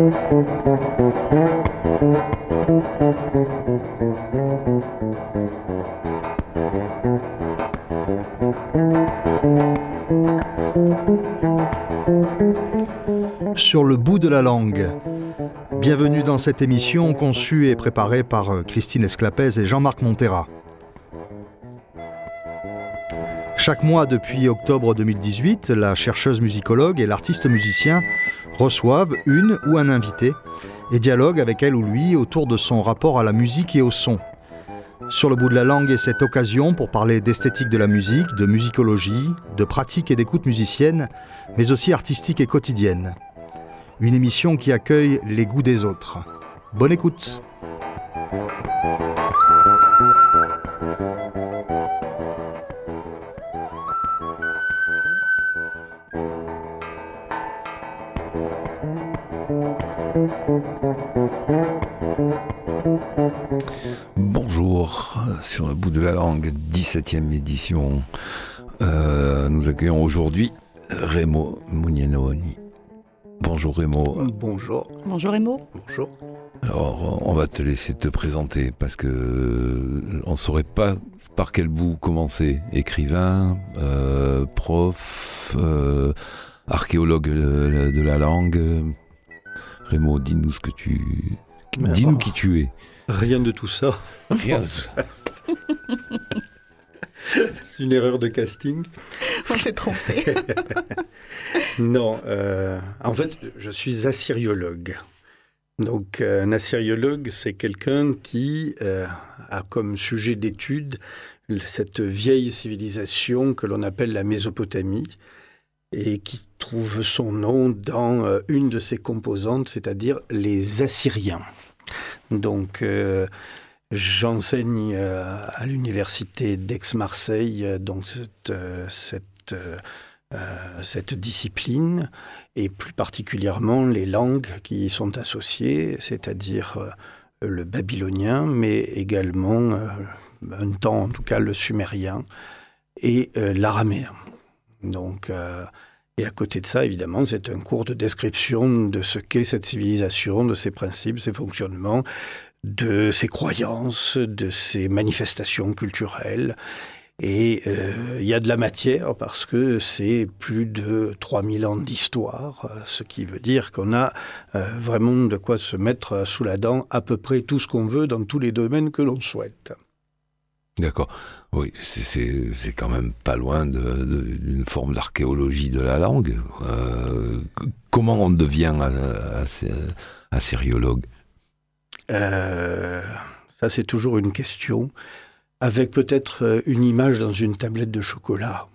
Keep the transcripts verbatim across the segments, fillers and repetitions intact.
Sur le bout de la langue. Bienvenue dans cette émission conçue et préparée par Christine Esclapez et Jean-Marc Montera. Chaque mois depuis octobre deux mille dix-huit, la chercheuse musicologue et l'artiste musicien reçoivent une ou un invité et dialoguent avec elle ou lui autour de son rapport à la musique et au son. Sur le bout de la langue est cette occasion pour parler d'esthétique de la musique, de musicologie, de pratique et d'écoute musicienne, mais aussi artistique et quotidienne. Une émission qui accueille les goûts des autres. Bonne écoute. Bonjour, sur le bout de la langue, dix-septième édition. Euh, nous accueillons aujourd'hui Remo Mugnanoni. Bonjour Remo. Bonjour. Bonjour Remo. Bonjour. Alors, on va te laisser te présenter parce que on ne saurait pas par quel bout commencer. Écrivain, euh, prof, euh, archéologue de, de la langue. Remo, dis-nous ce que tu... Mais dis-nous alors, qui tu es. Rien de tout ça. Rien. C'est une erreur de casting. On s'est trompé. Non, euh, en fait, je suis assyriologue. Donc, euh, un assyriologue, c'est quelqu'un qui euh, a comme sujet d'étude cette vieille civilisation que l'on appelle la Mésopotamie et qui trouve son nom dans euh, une de ses composantes, c'est-à-dire les Assyriens. Donc, euh, j'enseigne euh, à l'université d'Aix-Marseille euh, donc cette, euh, cette, euh, euh, cette discipline et plus particulièrement les langues qui y sont associées, c'est-à-dire euh, le babylonien, mais également euh, un temps en tout cas le sumérien et euh, l'araméen. Donc, euh, et à côté de ça, évidemment, c'est un cours de description de ce qu'est cette civilisation, de ses principes, ses fonctionnements, de ses croyances, de ses manifestations culturelles. Et euh, il y a de la matière parce que c'est plus de trois mille ans d'histoire, ce qui veut dire qu'on a euh, vraiment de quoi se mettre sous la dent à peu près tout ce qu'on veut dans tous les domaines que l'on souhaite. D'accord. Oui, c'est, c'est, c'est quand même pas loin de, de, d'une forme d'archéologie de la langue. Euh, comment on devient assyriologue ? Euh, ça, c'est toujours une question, avec peut-être une image dans une tablette de chocolat.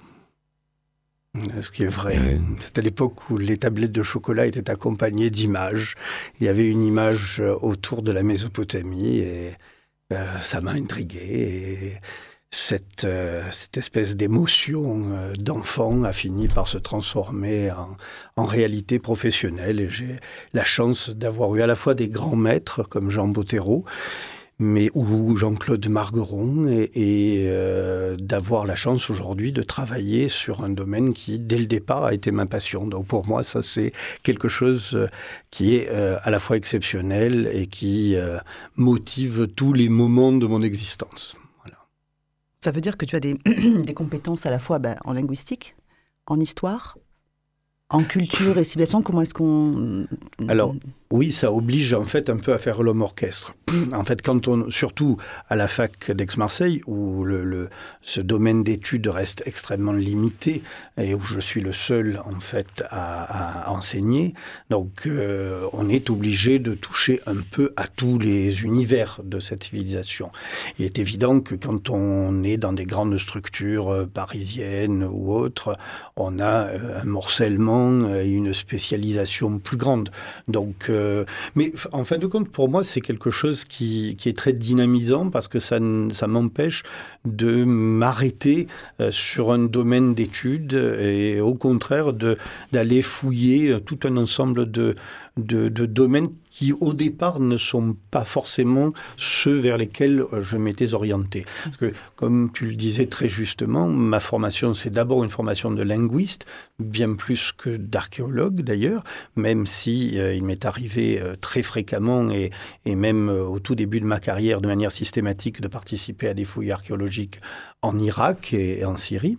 Ce qui est vrai. Ouais. C'était à l'époque où les tablettes de chocolat étaient accompagnées d'images. Il y avait une image autour de la Mésopotamie et euh, ça m'a intrigué. Et cette, euh, cette espèce d'émotion euh, d'enfant a fini par se transformer en, en réalité professionnelle. Et j'ai la chance d'avoir eu à la fois des grands maîtres comme Jean Bottero, mais ou Jean-Claude Margueron, et, et euh, d'avoir la chance aujourd'hui de travailler sur un domaine qui, dès le départ, a été ma passion. Donc pour moi, ça c'est quelque chose qui est euh, à la fois exceptionnel et qui euh, motive tous les moments de mon existence. Voilà. Ça veut dire que tu as des, des compétences à la fois ben, en linguistique, en histoire, en culture et civilisation. Comment est-ce qu'on... Alors, oui, ça oblige en fait un peu à faire l'homme orchestre. En fait, quand on, surtout à la fac d'Aix-Marseille, où le, le, ce domaine d'études reste extrêmement limité et où je suis le seul en fait à, à enseigner, donc euh, on est obligé de toucher un peu à tous les univers de cette civilisation. Il est évident que quand on est dans des grandes structures parisiennes ou autres, on a un morcellement et une spécialisation plus grande. Donc, euh, mais en fin de compte, pour moi, c'est quelque chose qui, qui est très dynamisant parce que ça, ça m'empêche de m'arrêter euh, sur un domaine d'études et au contraire de, d'aller fouiller tout un ensemble de, de, de domaines qui, au départ, ne sont pas forcément ceux vers lesquels je m'étais orienté. Parce que, comme tu le disais très justement, ma formation, c'est d'abord une formation de linguiste, bien plus que d'archéologue d'ailleurs, même si euh, il m'est arrivé euh, très fréquemment et, et même euh, au tout début de ma carrière, de manière systématique, de participer à des fouilles archéologiques en Irak et, et en Syrie.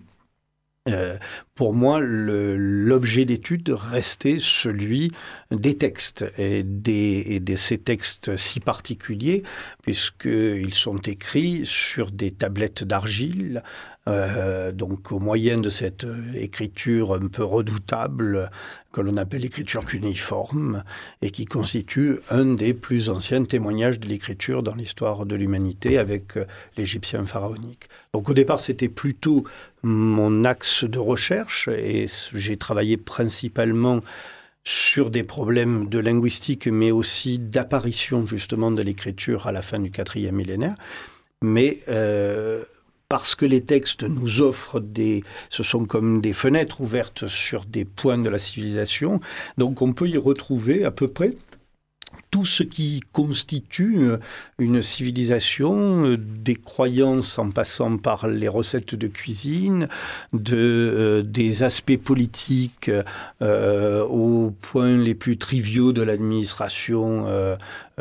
Euh, pour moi, le, l'objet d'étude restait celui des textes et, des, et de ces textes si particuliers, puisqu'ils sont écrits sur des tablettes d'argile, euh, donc au moyen de cette écriture un peu redoutable que l'on appelle l'écriture cunéiforme et qui constitue un des plus anciens témoignages de l'écriture dans l'histoire de l'humanité avec l'égyptien pharaonique. Donc au départ, c'était plutôt mon axe de recherche et j'ai travaillé principalement sur des problèmes de linguistique, mais aussi d'apparition justement de l'écriture à la fin du quatrième millénaire. Mais euh, parce que les textes nous offrent des... Ce sont comme des fenêtres ouvertes sur des points de la civilisation, donc on peut y retrouver à peu près tout ce qui constitue une civilisation, des croyances en passant par les recettes de cuisine, de, euh, des aspects politiques euh, aux points les plus triviaux de l'administration euh,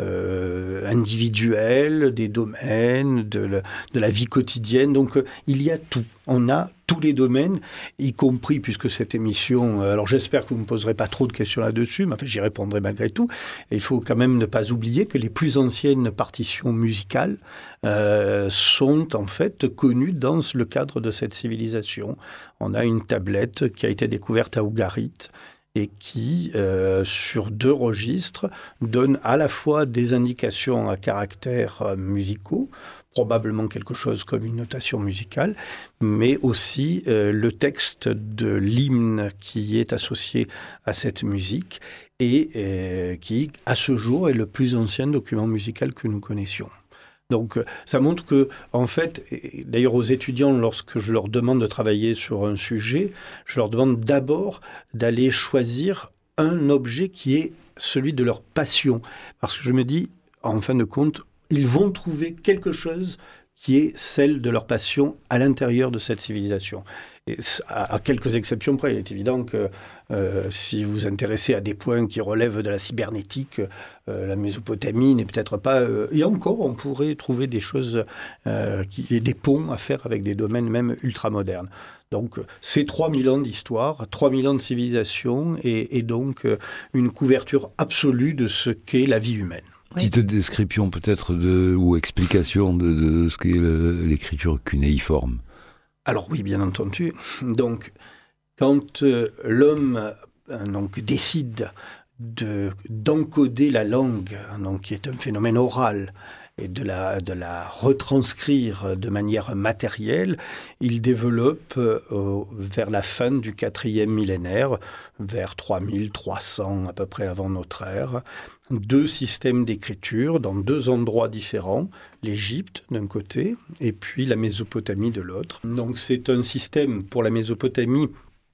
euh, individuelle, des domaines, de, le, de la vie quotidienne. Donc euh, il y a tout. On a tous les domaines, y compris, puisque cette émission... Alors j'espère que vous ne me poserez pas trop de questions là-dessus, mais enfin, j'y répondrai malgré tout. Et il faut quand même ne pas oublier que les plus anciennes partitions musicales euh, sont en fait connues dans le cadre de cette civilisation. On a une tablette qui a été découverte à Ougarit et qui, euh, sur deux registres, donne à la fois des indications à caractère euh, musicaux, probablement quelque chose comme une notation musicale, mais aussi euh, le texte de l'hymne qui est associé à cette musique et euh, qui, à ce jour, est le plus ancien document musical que nous connaissions. Donc, ça montre que, en fait, d'ailleurs aux étudiants, lorsque je leur demande de travailler sur un sujet, je leur demande d'abord d'aller choisir un objet qui est celui de leur passion. Parce que je me dis, en fin de compte, ils vont trouver quelque chose qui est celle de leur passion à l'intérieur de cette civilisation. Et à, à quelques exceptions près, il est évident que euh, si vous vous intéressez à des points qui relèvent de la cybernétique, euh, la Mésopotamie n'est peut-être pas... Euh, et encore, on pourrait trouver des choses, euh, qui, des ponts à faire avec des domaines même ultramodernes. Donc, c'est trois mille ans d'histoire, trois mille ans de civilisation et, et donc euh, une couverture absolue de ce qu'est la vie humaine. Oui. Petite description peut-être de, ou explication de, de ce qu'est le, l'écriture cunéiforme. Alors oui, bien entendu. Donc, quand euh, l'homme euh, donc, décide de, d'encoder la langue, donc, qui est un phénomène oral, et de la, de la retranscrire de manière matérielle, il développe euh, vers la fin du quatrième millénaire, vers trois mille trois cents à peu près avant notre ère, deux systèmes d'écriture dans deux endroits différents, l'Égypte d'un côté et puis la Mésopotamie de l'autre. Donc c'est un système pour la Mésopotamie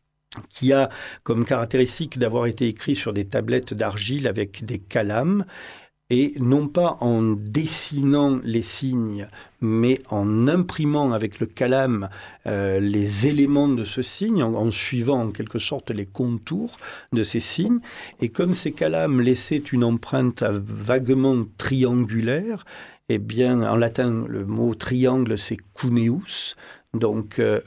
qui a comme caractéristique d'avoir été écrit sur des tablettes d'argile avec des calames, et non pas en dessinant les signes, mais en imprimant avec le calame euh, les éléments de ce signe, en, en suivant en quelque sorte les contours de ces signes. Et comme ces calames laissaient une empreinte vaguement triangulaire, eh bien, en latin, le mot triangle, c'est cuneus. Donc, euh,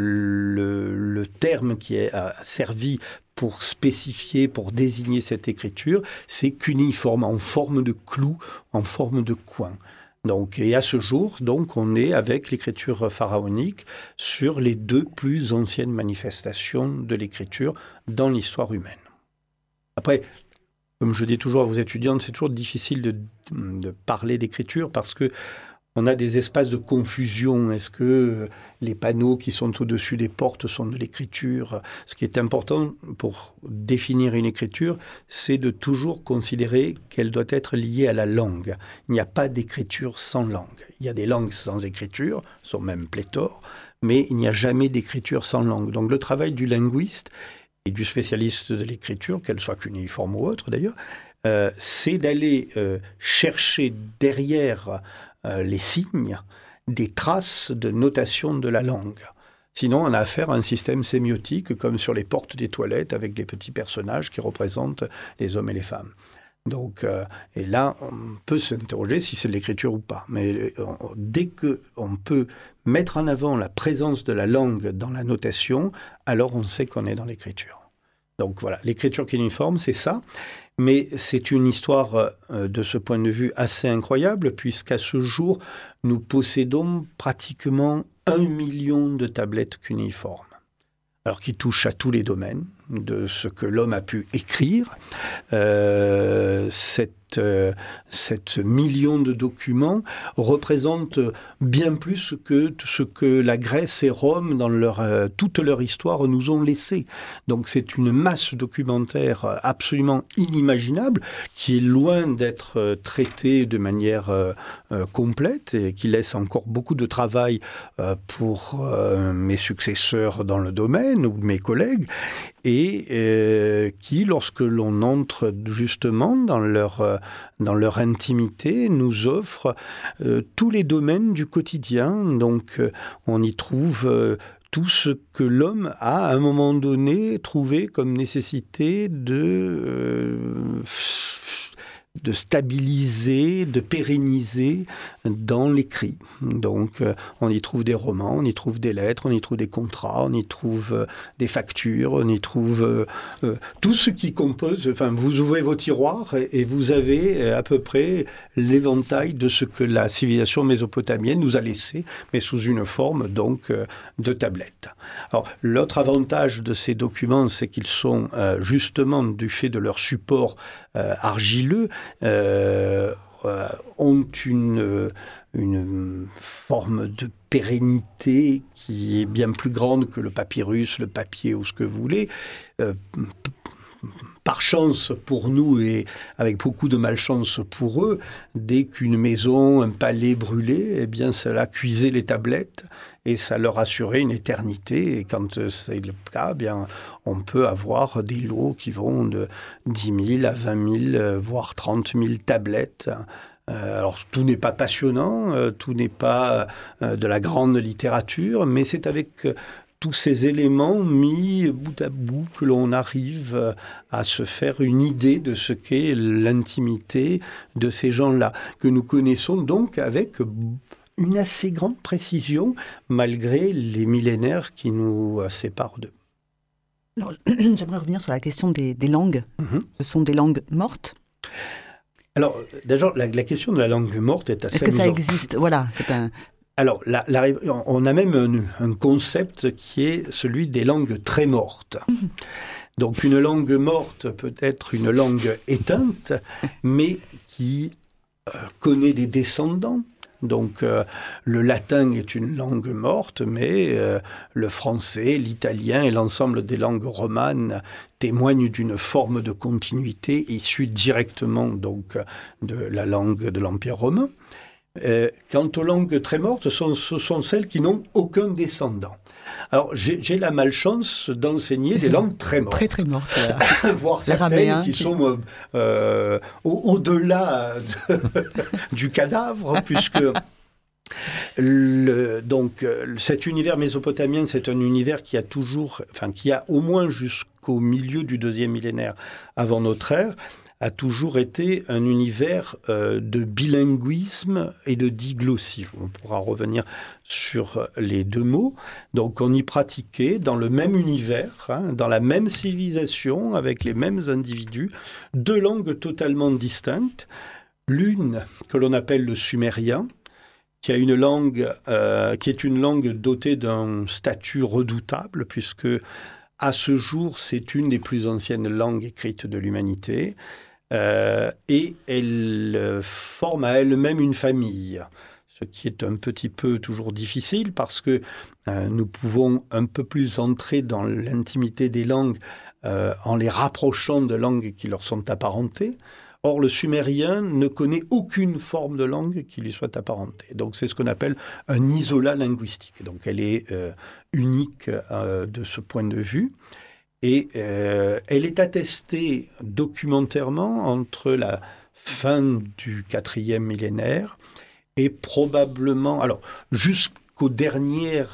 le, le terme qui est, a servi pour spécifier, pour désigner cette écriture, c'est cunéiforme, en forme de clou, en forme de coin. Donc, et à ce jour, donc, on est avec l'écriture pharaonique sur les deux plus anciennes manifestations de l'écriture dans l'histoire humaine. Après, comme je dis toujours à vos étudiantes, c'est toujours difficile de, de parler d'écriture parce que on a des espaces de confusion. Est-ce que les panneaux qui sont au-dessus des portes sont de l'écriture ? Ce qui est important pour définir une écriture, c'est de toujours considérer qu'elle doit être liée à la langue. Il n'y a pas d'écriture sans langue. Il y a des langues sans écriture, sont même pléthores, mais il n'y a jamais d'écriture sans langue. Donc le travail du linguiste et du spécialiste de l'écriture, qu'elle soit cunéiforme ou autre d'ailleurs, euh, c'est d'aller euh, chercher derrière euh, les signes des traces de notation de la langue. Sinon, on a affaire à un système sémiotique comme sur les portes des toilettes avec des petits personnages qui représentent les hommes et les femmes. Donc, euh, et là, on peut s'interroger si c'est de l'écriture ou pas. Mais euh, dès qu'on peut mettre en avant la présence de la langue dans la notation, alors on sait qu'on est dans l'écriture. Donc voilà, l'écriture cunéiforme, c'est ça. Mais c'est une histoire, euh, de ce point de vue, assez incroyable, puisqu'à ce jour, nous possédons pratiquement un million de tablettes cunéiformes. Alors qui touchent à tous les domaines de ce que l'homme a pu écrire. Euh, cette, euh, cette million de documents représente bien plus que ce que la Grèce et Rome, dans leur, euh, toute leur histoire, nous ont laissé. Donc c'est une masse documentaire absolument inimaginable qui est loin d'être euh, traitée de manière euh, euh, complète et qui laisse encore beaucoup de travail euh, pour euh, mes successeurs dans le domaine ou mes collègues. Et euh, qui, lorsque l'on entre justement dans leur, euh, dans leur intimité, nous offre euh, tous les domaines du quotidien. Donc, euh, on y trouve euh, tout ce que l'homme a, à un moment donné, trouvé comme nécessité de... Euh, de stabiliser, de pérenniser dans l'écrit. Donc, euh, on y trouve des romans, on y trouve des lettres, on y trouve des contrats, on y trouve euh, des factures, on y trouve euh, euh, tout ce qui compose... Enfin, vous ouvrez vos tiroirs et, et vous avez euh, à peu près l'éventail de ce que la civilisation mésopotamienne nous a laissé, mais sous une forme, donc, euh, de tablette. Alors, l'autre avantage de ces documents, c'est qu'ils sont, euh, justement, du fait de leur support euh, argileux, Euh, euh, ont une, une forme de pérennité qui est bien plus grande que le papyrus, le papier ou ce que vous voulez. Euh, par chance pour nous et avec beaucoup de malchance pour eux, dès qu'une maison, un palais brûlait, eh bien cela cuisait les tablettes et ça leur assurait une éternité. Et quand c'est le cas, eh bien, on peut avoir des lots qui vont de dix mille à vingt mille, voire trente mille tablettes. Euh, alors, tout n'est pas passionnant, euh, tout n'est pas euh, de la grande littérature, mais c'est avec... Euh, tous ces éléments mis bout à bout que l'on arrive à se faire une idée de ce qu'est l'intimité de ces gens-là, que nous connaissons donc avec une assez grande précision, malgré les millénaires qui nous séparent d'eux. Alors, j'aimerais revenir sur la question des, des langues. Mm-hmm. Ce sont des langues mortes ? Alors, déjà, la, la question de la langue morte est assez Est-ce que amusante. ça existe ? Voilà, c'est un... Alors, la, la, on a même un, un concept qui est celui des langues très mortes. Mmh. Donc, une langue morte peut être une langue éteinte, mais qui euh, connaît des descendants. Donc, euh, le latin est une langue morte, mais euh, le français, l'italien et l'ensemble des langues romanes témoignent d'une forme de continuité issue directement donc, de la langue de l'Empire romain. Euh, quant aux langues très mortes, ce sont, sont celles qui n'ont aucun descendant. Alors, j'ai, j'ai la malchance d'enseigner c'est des ça. langues très mortes. Très, très mortes. Euh, voire certaines qui, qui sont euh, euh, au, au-delà de, du cadavre, puisque... Le, donc, cet univers mésopotamien, c'est un univers qui a toujours, enfin, qui a au moins jusqu'au milieu du deuxième millénaire avant notre ère, a toujours été un univers euh, de bilinguisme et de diglossie. On pourra revenir sur les deux mots. Donc, on y pratiquait dans le même univers, hein, dans la même civilisation, avec les mêmes individus, deux langues totalement distinctes. L'une que l'on appelle le sumérien, qui a une langue, euh, qui est une langue dotée d'un statut redoutable, puisque à ce jour, c'est une des plus anciennes langues écrites de l'humanité. Euh, et elle euh, forme à elle-même une famille, ce qui est un petit peu toujours difficile parce que euh, nous pouvons un peu plus entrer dans l'intimité des langues euh, en les rapprochant de langues qui leur sont apparentées. Or, le sumérien ne connaît aucune forme de langue qui lui soit apparentée. Donc, c'est ce qu'on appelle un isolat linguistique. Donc, elle est euh, unique euh, de ce point de vue. Et euh, elle est attestée documentairement entre la fin du quatrième millénaire et probablement, alors jusqu'au dernier,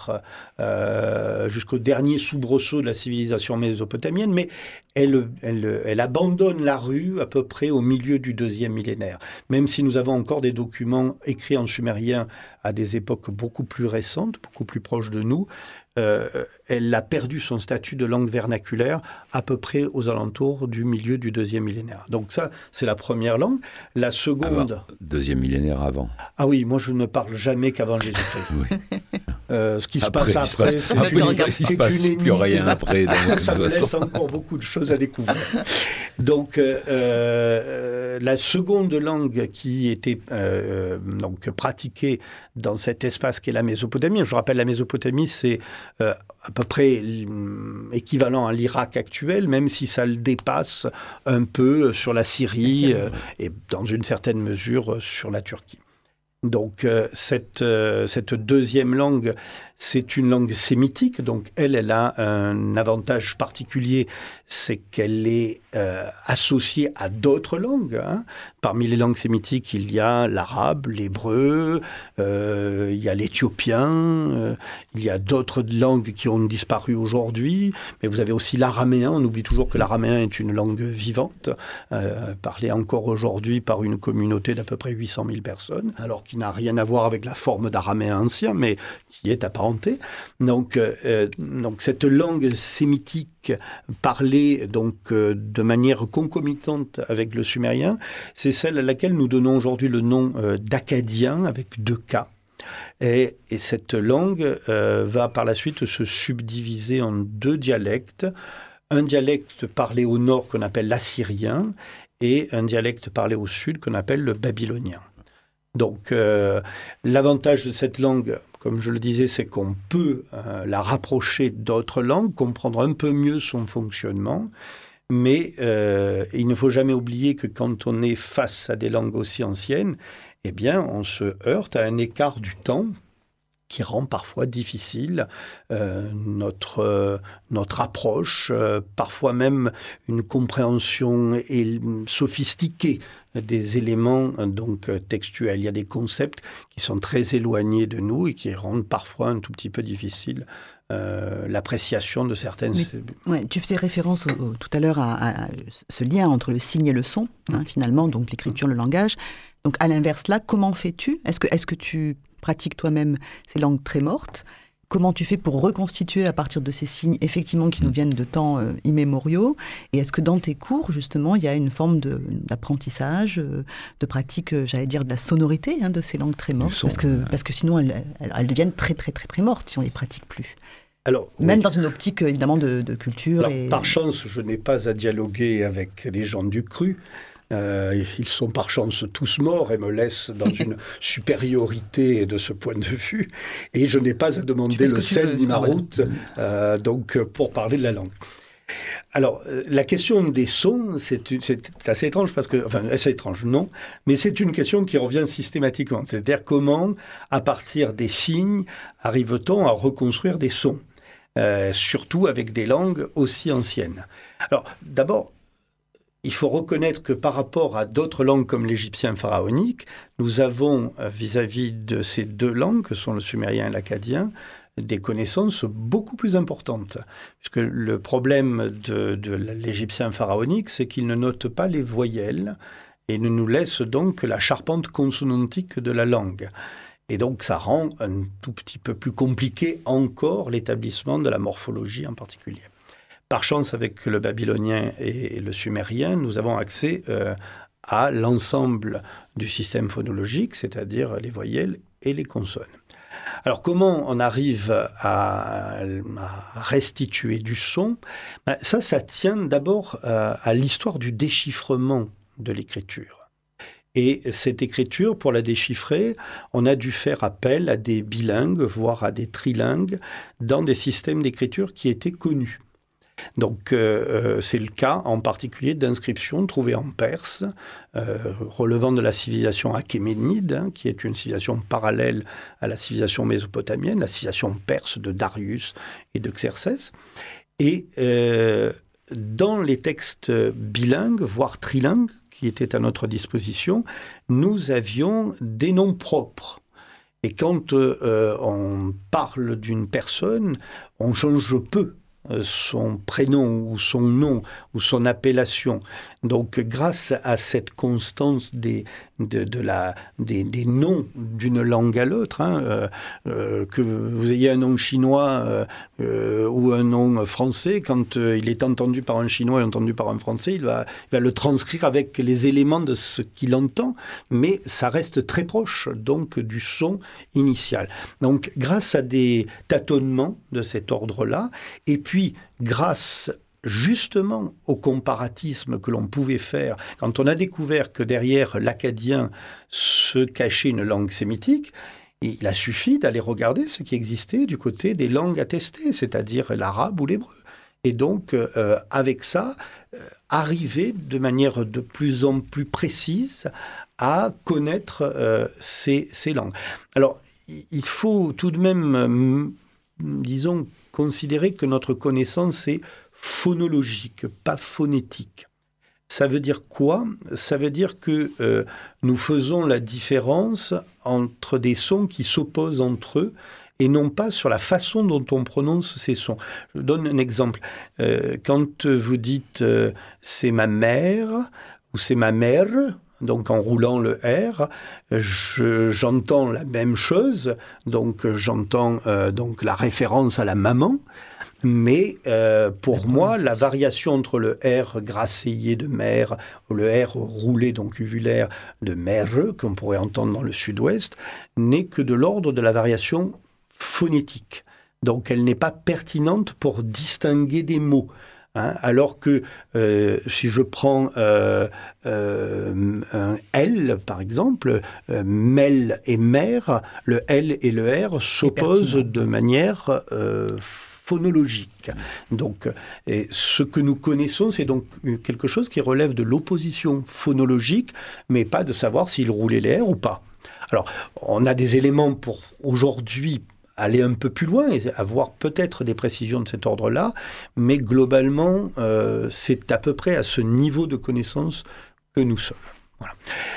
euh, jusqu'au dernier soubresaut de la civilisation mésopotamienne, mais elle, elle, elle abandonne la rue à peu près au milieu du deuxième millénaire. Même si nous avons encore des documents écrits en sumérien à des époques beaucoup plus récentes, beaucoup plus proches de nous, euh, elle a perdu son statut de langue vernaculaire à peu près aux alentours du milieu du deuxième millénaire. Donc ça, c'est la première langue. La seconde... Avant, deuxième millénaire avant. Ah oui, moi je ne parle jamais qu'avant Jésus-Christ. Oui. Euh, ce qui après, se passe après, il se c'est passe, une, après, il se passe une plus rien après. Donc, ça me laisse encore beaucoup de choses à découvrir. Donc, euh, euh, la seconde langue qui était euh, donc pratiquée dans cet espace qu'est la Mésopotamie, je rappelle, la Mésopotamie, c'est euh, à peu près équivalent à l'Irak actuel, même si ça le dépasse un peu sur la Syrie euh, et dans une certaine mesure sur la Turquie. Donc, euh, cette, euh, cette deuxième langue, c'est une langue sémitique. Donc, elle, elle a un avantage particulier, c'est qu'elle est euh, associée à d'autres langues. Hein. Parmi les langues sémitiques, il y a l'arabe, l'hébreu, euh, il y a l'éthiopien, euh, il y a d'autres langues qui ont disparu aujourd'hui. Mais vous avez aussi l'araméen. On oublie toujours que l'araméen est une langue vivante, euh, parlée encore aujourd'hui par une communauté d'à peu près huit cent mille personnes, alors qui n'a rien à voir avec la forme d'araméen ancien, mais qui est apparenté. Donc, euh, donc cette langue sémitique parlée donc, euh, de manière concomitante avec le sumérien, c'est celle à laquelle nous donnons aujourd'hui le nom euh, d'acadien, avec deux K. Et, et cette langue euh, va par la suite se subdiviser en deux dialectes. Un dialecte parlé au nord qu'on appelle l'assyrien et un dialecte parlé au sud qu'on appelle le babylonien. Donc, euh, l'avantage de cette langue, comme je le disais, c'est qu'on peut euh, la rapprocher d'autres langues, comprendre un peu mieux son fonctionnement. Mais euh, il ne faut jamais oublier que quand on est face à des langues aussi anciennes, eh bien, on se heurte à un écart du temps qui rend parfois difficile euh, notre, euh, notre approche, euh, parfois même une compréhension et, sophistiquée des éléments donc, textuels. Il y a des concepts qui sont très éloignés de nous et qui rendent parfois un tout petit peu difficile euh, l'appréciation de certaines... Mais, ouais, tu faisais référence au, au, tout à l'heure à, à ce lien entre le signe et le son, hein, finalement, donc l'écriture, le langage. Donc à l'inverse là, comment fais-tu ? Est-ce que, est-ce que tu pratiques toi-même ces langues très mortes ? Comment tu fais pour reconstituer à partir de ces signes, effectivement, qui nous viennent de temps euh, immémoriaux ? Et est-ce que dans tes cours, justement, il y a une forme de, d'apprentissage, euh, de pratique, euh, j'allais dire, de la sonorité hein, de ces langues très mortes ? Parce que, parce que sinon, elles, elles, elles deviennent très, très, très, très mortes si on ne les pratique plus. Alors, Même oui. dans une optique, évidemment, de, de culture. Alors, et... Par chance, je n'ai pas à dialoguer avec les gens du cru. Euh, ils sont par chance tous morts et me laissent dans une supériorité de ce point de vue. Et je n'ai pas à demander le sel ni ma route euh, donc, pour parler de la langue. Alors, euh, la question des sons, c'est, une, c'est assez étrange parce que... Enfin, assez étrange, non. Mais c'est une question qui revient systématiquement. C'est-à-dire comment, à partir des signes, arrive-t-on à reconstruire des sons euh, surtout avec des langues aussi anciennes. Alors, d'abord... Il faut reconnaître que par rapport à d'autres langues comme l'égyptien pharaonique, nous avons vis-à-vis de ces deux langues, que sont le sumérien et l'akkadien, des connaissances beaucoup plus importantes. Puisque le problème de, de l'égyptien pharaonique, c'est qu'il ne note pas les voyelles et ne nous laisse donc que la charpente consonantique de la langue. Et donc ça rend un tout petit peu plus compliqué encore l'établissement de la morphologie en particulier. Par chance, avec le babylonien et le sumérien, nous avons accès euh, à l'ensemble du système phonologique, c'est-à-dire les voyelles et les consonnes. Alors, comment on arrive à, à restituer du son ? Ben, ça, ça tient d'abord euh, à l'histoire du déchiffrement de l'écriture. Et cette écriture, pour la déchiffrer, on a dû faire appel à des bilingues, voire à des trilingues, dans des systèmes d'écriture qui étaient connus. Donc, euh, c'est le cas en particulier d'inscriptions trouvées en Perse, euh, relevant de la civilisation achéménide, hein, qui est une civilisation parallèle à la civilisation mésopotamienne, la civilisation perse de Darius et de Xerxès. Et euh, dans les textes bilingues, voire trilingues, qui étaient à notre disposition, nous avions des noms propres. Et quand euh, on parle d'une personne, on change peu son prénom ou son nom ou son appellation. Donc, grâce à cette constance des, de, de la, des, des noms d'une langue à l'autre, hein, euh, euh, que vous ayez un nom chinois euh, euh, ou un nom français, quand euh, il est entendu par un chinois et entendu par un français, il va, il va le transcrire avec les éléments de ce qu'il entend, mais ça reste très proche donc du son initial. Donc, grâce à des tâtonnements de cet ordre-là, et puis grâce justement au comparatisme que l'on pouvait faire, quand on a découvert que derrière l'acadien se cachait une langue sémitique, il a suffi d'aller regarder ce qui existait du côté des langues attestées, c'est-à-dire l'arabe ou l'hébreu. Et donc, euh, avec ça, euh, arriver de manière de plus en plus précise à connaître euh, ces, ces langues. Alors, il faut tout de même, euh, disons, considérer que notre connaissance est phonologique, pas phonétique. Ça veut dire quoi ? Ça veut dire que euh, nous faisons la différence entre des sons qui s'opposent entre eux et non pas sur la façon dont on prononce ces sons. Je vous donne un exemple. Euh, quand vous dites euh, « c'est ma mère » ou « c'est ma mère », donc en roulant le R, je, j'entends la même chose, donc j'entends euh, donc la référence à la maman, mais euh, pour moi, la variation entre le R grasseyé de mère ou le R roulé, donc uvulaire, de mère, qu'on pourrait entendre dans le sud-ouest, n'est que de l'ordre de la variation phonétique. Donc elle n'est pas pertinente pour distinguer des mots. Hein, alors que euh, si je prends euh, euh, un L, par exemple, euh, Mel et mère, le L et le R s'opposent de manière euh, phonologique. Donc, et ce que nous connaissons, c'est donc quelque chose qui relève de l'opposition phonologique, mais pas de savoir s'il roulait les R ou pas. Alors, on a des éléments pour aujourd'hui aller un peu plus loin et avoir peut-être des précisions de cet ordre-là, mais globalement, euh, c'est à peu près à ce niveau de connaissance que nous sommes. Voilà.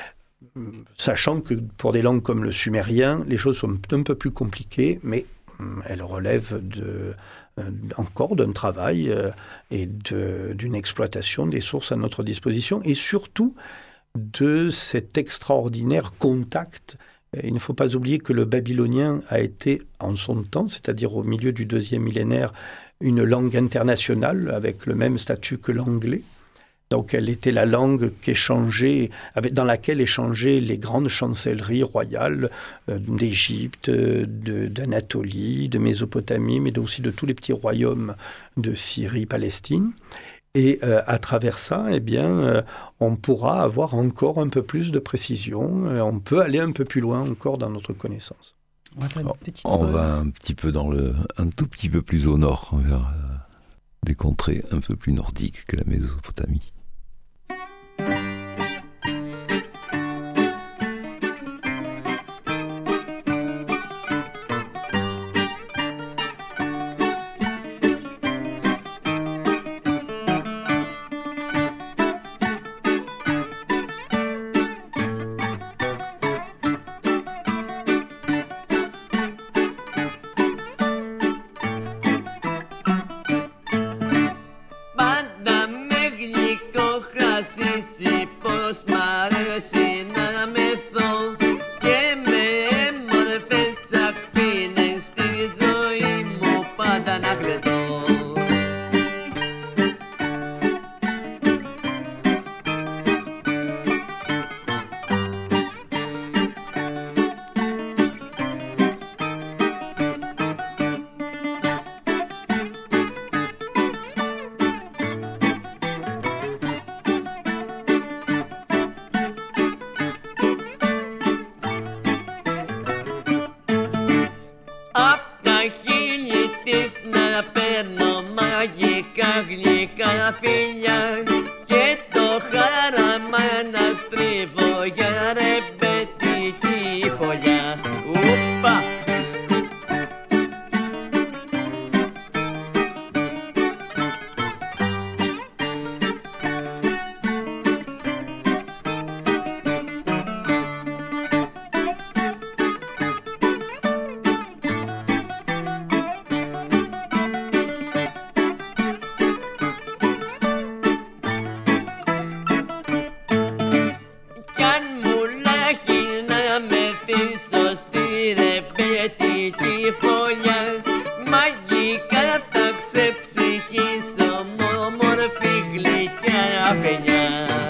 Sachant que pour des langues comme le sumérien, les choses sont un peu plus compliquées, mais elles relèvent de, euh, encore d'un travail euh, et de, d'une exploitation des sources à notre disposition, et surtout de cet extraordinaire contact. Il ne faut pas oublier que le babylonien a été, en son temps, c'est-à-dire au milieu du deuxième millénaire, une langue internationale avec le même statut que l'anglais. Donc elle était la langue qu'échangeait, dans laquelle échangeaient les grandes chancelleries royales euh, d'Égypte, de, d'Anatolie, de Mésopotamie, mais aussi de tous les petits royaumes de Syrie, Palestine. Et euh, à travers ça, eh bien, euh, on pourra avoir encore un peu plus de précision. Euh, on peut aller un peu plus loin encore dans notre connaissance. On va, faire une petite on va un petit peu dans le, un tout petit peu plus au nord, vers euh, des contrées un peu plus nordiques que la Mésopotamie. la peña.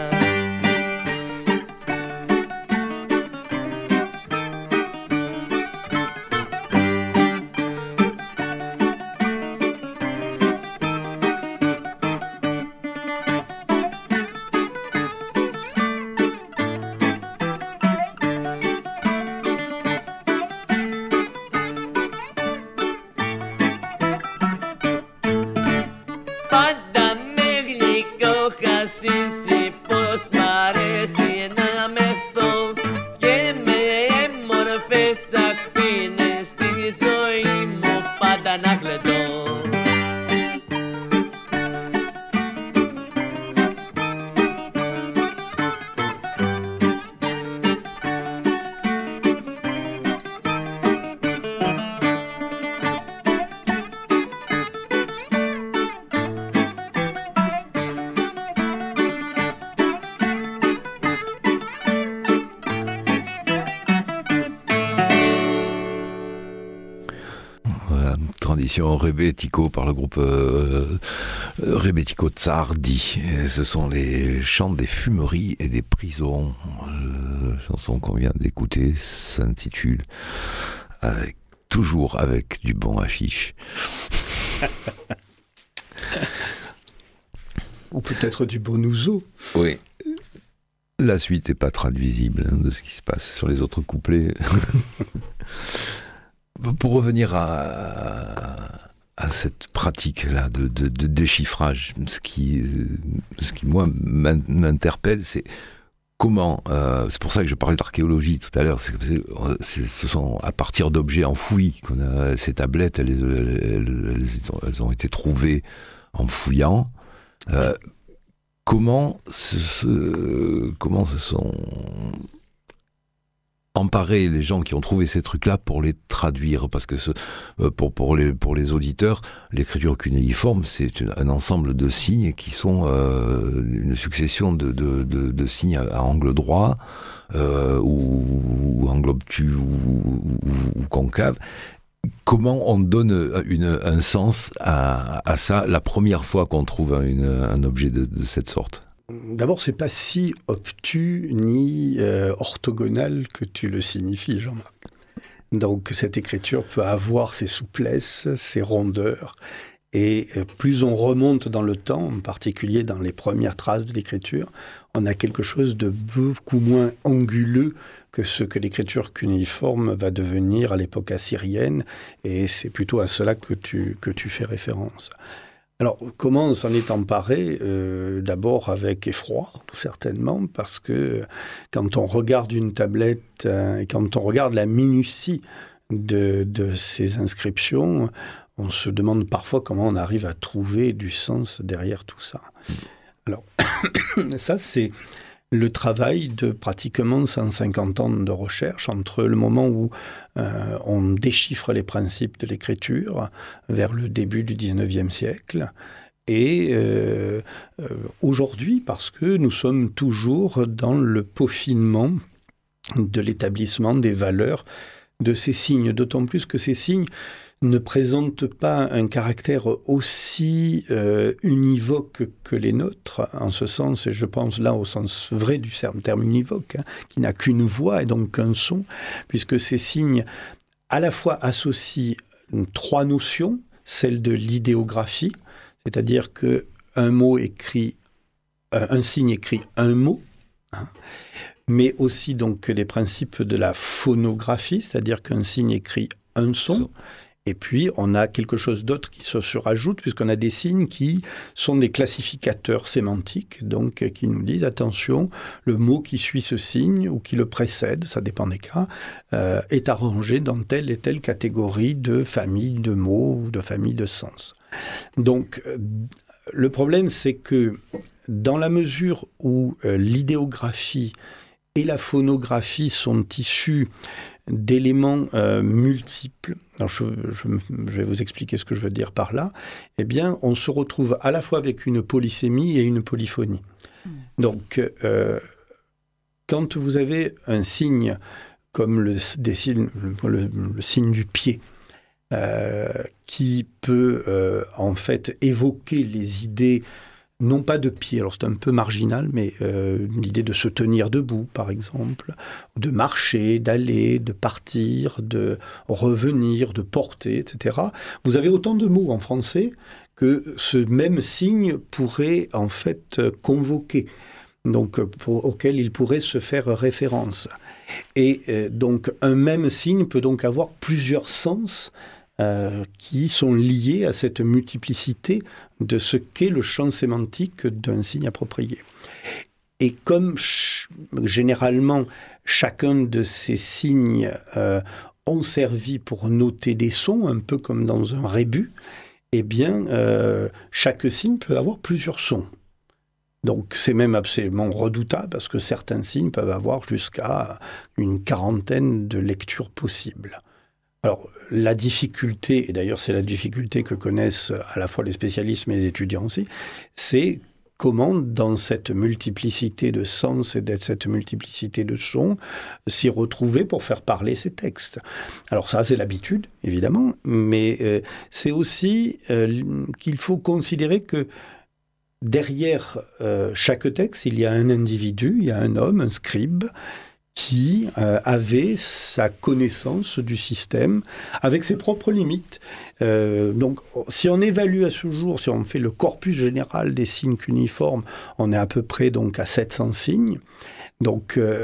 Rebetiko par le groupe euh, Rebetiko Tsardi. Et ce sont les chants des fumeries et des prisons. La chanson qu'on vient d'écouter s'intitule avec, toujours avec du bon hashish. Ou peut-être du bon ouzo. Oui. La suite n'est pas traduisible hein, de ce qui se passe sur les autres couplets. Pour revenir à, à cette pratique-là de, de, de déchiffrage, ce qui, ce qui moi m'interpelle, c'est comment, euh, c'est pour ça que je parlais d'archéologie tout à l'heure, c'est, c'est, ce sont à partir d'objets enfouis qu'on a ces tablettes, elles, elles, elles, elles ont été trouvées en fouillant. Euh, comment, ce, ce, comment se sont emparer les gens qui ont trouvé ces trucs-là pour les traduire, parce que ce, pour, pour, les, pour les auditeurs, l'écriture cunéiforme, c'est une, un ensemble de signes qui sont euh, une succession de, de, de, de signes à, à angle droit, euh, ou, ou angle obtus, ou, ou, ou concave. Comment on donne une, un sens à, à ça la première fois qu'on trouve une, un objet de, de cette sorte ? D'abord, c'est pas si obtus ni euh, orthogonal que tu le signifies, Jean-Marc. Donc, cette écriture peut avoir ses souplesses, ses rondeurs. Et plus on remonte dans le temps, en particulier dans les premières traces de l'écriture, on a quelque chose de beaucoup moins anguleux que ce que l'écriture cunéiforme va devenir à l'époque assyrienne. Et c'est plutôt à cela que tu, que tu fais référence. Alors, comment on s'en est emparé ? euh, D'abord avec effroi, certainement, parce que quand on regarde une tablette euh, et quand on regarde la minutie de, de ces inscriptions, on se demande parfois comment on arrive à trouver du sens derrière tout ça. Alors, ça, c'est le travail de pratiquement cent cinquante ans de recherche entre le moment où euh, on déchiffre les principes de l'écriture vers le début du dix-neuvième siècle et euh, euh, aujourd'hui, parce que nous sommes toujours dans le peaufinement de l'établissement des valeurs de ces signes, d'autant plus que ces signes ne présentent pas un caractère aussi euh, univoque que les nôtres, en ce sens, et je pense là au sens vrai du terme univoque, hein, qui n'a qu'une voix et donc qu'un son, puisque ces signes à la fois associent trois notions, celle de l'idéographie, c'est-à-dire qu'un mot écrit, euh, un signe écrit un mot, hein, mais aussi donc les principes de la phonographie, c'est-à-dire qu'un signe écrit un son. Et puis, on a quelque chose d'autre qui se surajoute, puisqu'on a des signes qui sont des classificateurs sémantiques, donc qui nous disent, attention, le mot qui suit ce signe, ou qui le précède, ça dépend des cas, euh, est arrangé dans telle et telle catégorie de famille de mots ou de famille de sens. Donc, le problème, c'est que dans la mesure où euh, l'idéographie et la phonographie sont issues d'éléments euh, multiples, alors je, je, je vais vous expliquer ce que je veux dire par là, eh bien, on se retrouve à la fois avec une polysémie et une polyphonie. Mmh. Donc, euh, quand vous avez un signe comme le, des signes, le, le signe du pied, euh, qui peut euh, en fait évoquer les idées non pas de pied, alors c'est un peu marginal, mais euh, l'idée de se tenir debout, par exemple, de marcher, d'aller, de partir, de revenir, de porter, et cetera. Vous avez autant de mots en français que ce même signe pourrait en fait convoquer, donc pour, auquel il pourrait se faire référence. Et euh, donc un même signe peut donc avoir plusieurs sens euh, qui sont liés à cette multiplicité de ce qu'est le champ sémantique d'un signe approprié. Et comme ch- généralement chacun de ces signes euh, ont servi pour noter des sons, un peu comme dans un rébus, eh bien, euh, chaque signe peut avoir plusieurs sons. Donc, c'est même absolument redoutable parce que certains signes peuvent avoir jusqu'à une quarantaine de lectures possibles. Alors, la difficulté, et d'ailleurs c'est la difficulté que connaissent à la fois les spécialistes mais les étudiants aussi, c'est comment, dans cette multiplicité de sens et de cette multiplicité de sons, s'y retrouver pour faire parler ces textes. Alors ça, c'est l'habitude, évidemment, mais euh, c'est aussi euh, qu'il faut considérer que derrière euh, chaque texte, il y a un individu, il y a un homme, un scribe, qui euh, avait sa connaissance du système, avec ses propres limites. Euh, donc, si on évalue à ce jour, si on fait le corpus général des signes cuniformes, on est à peu près donc à sept cents signes. Donc, euh,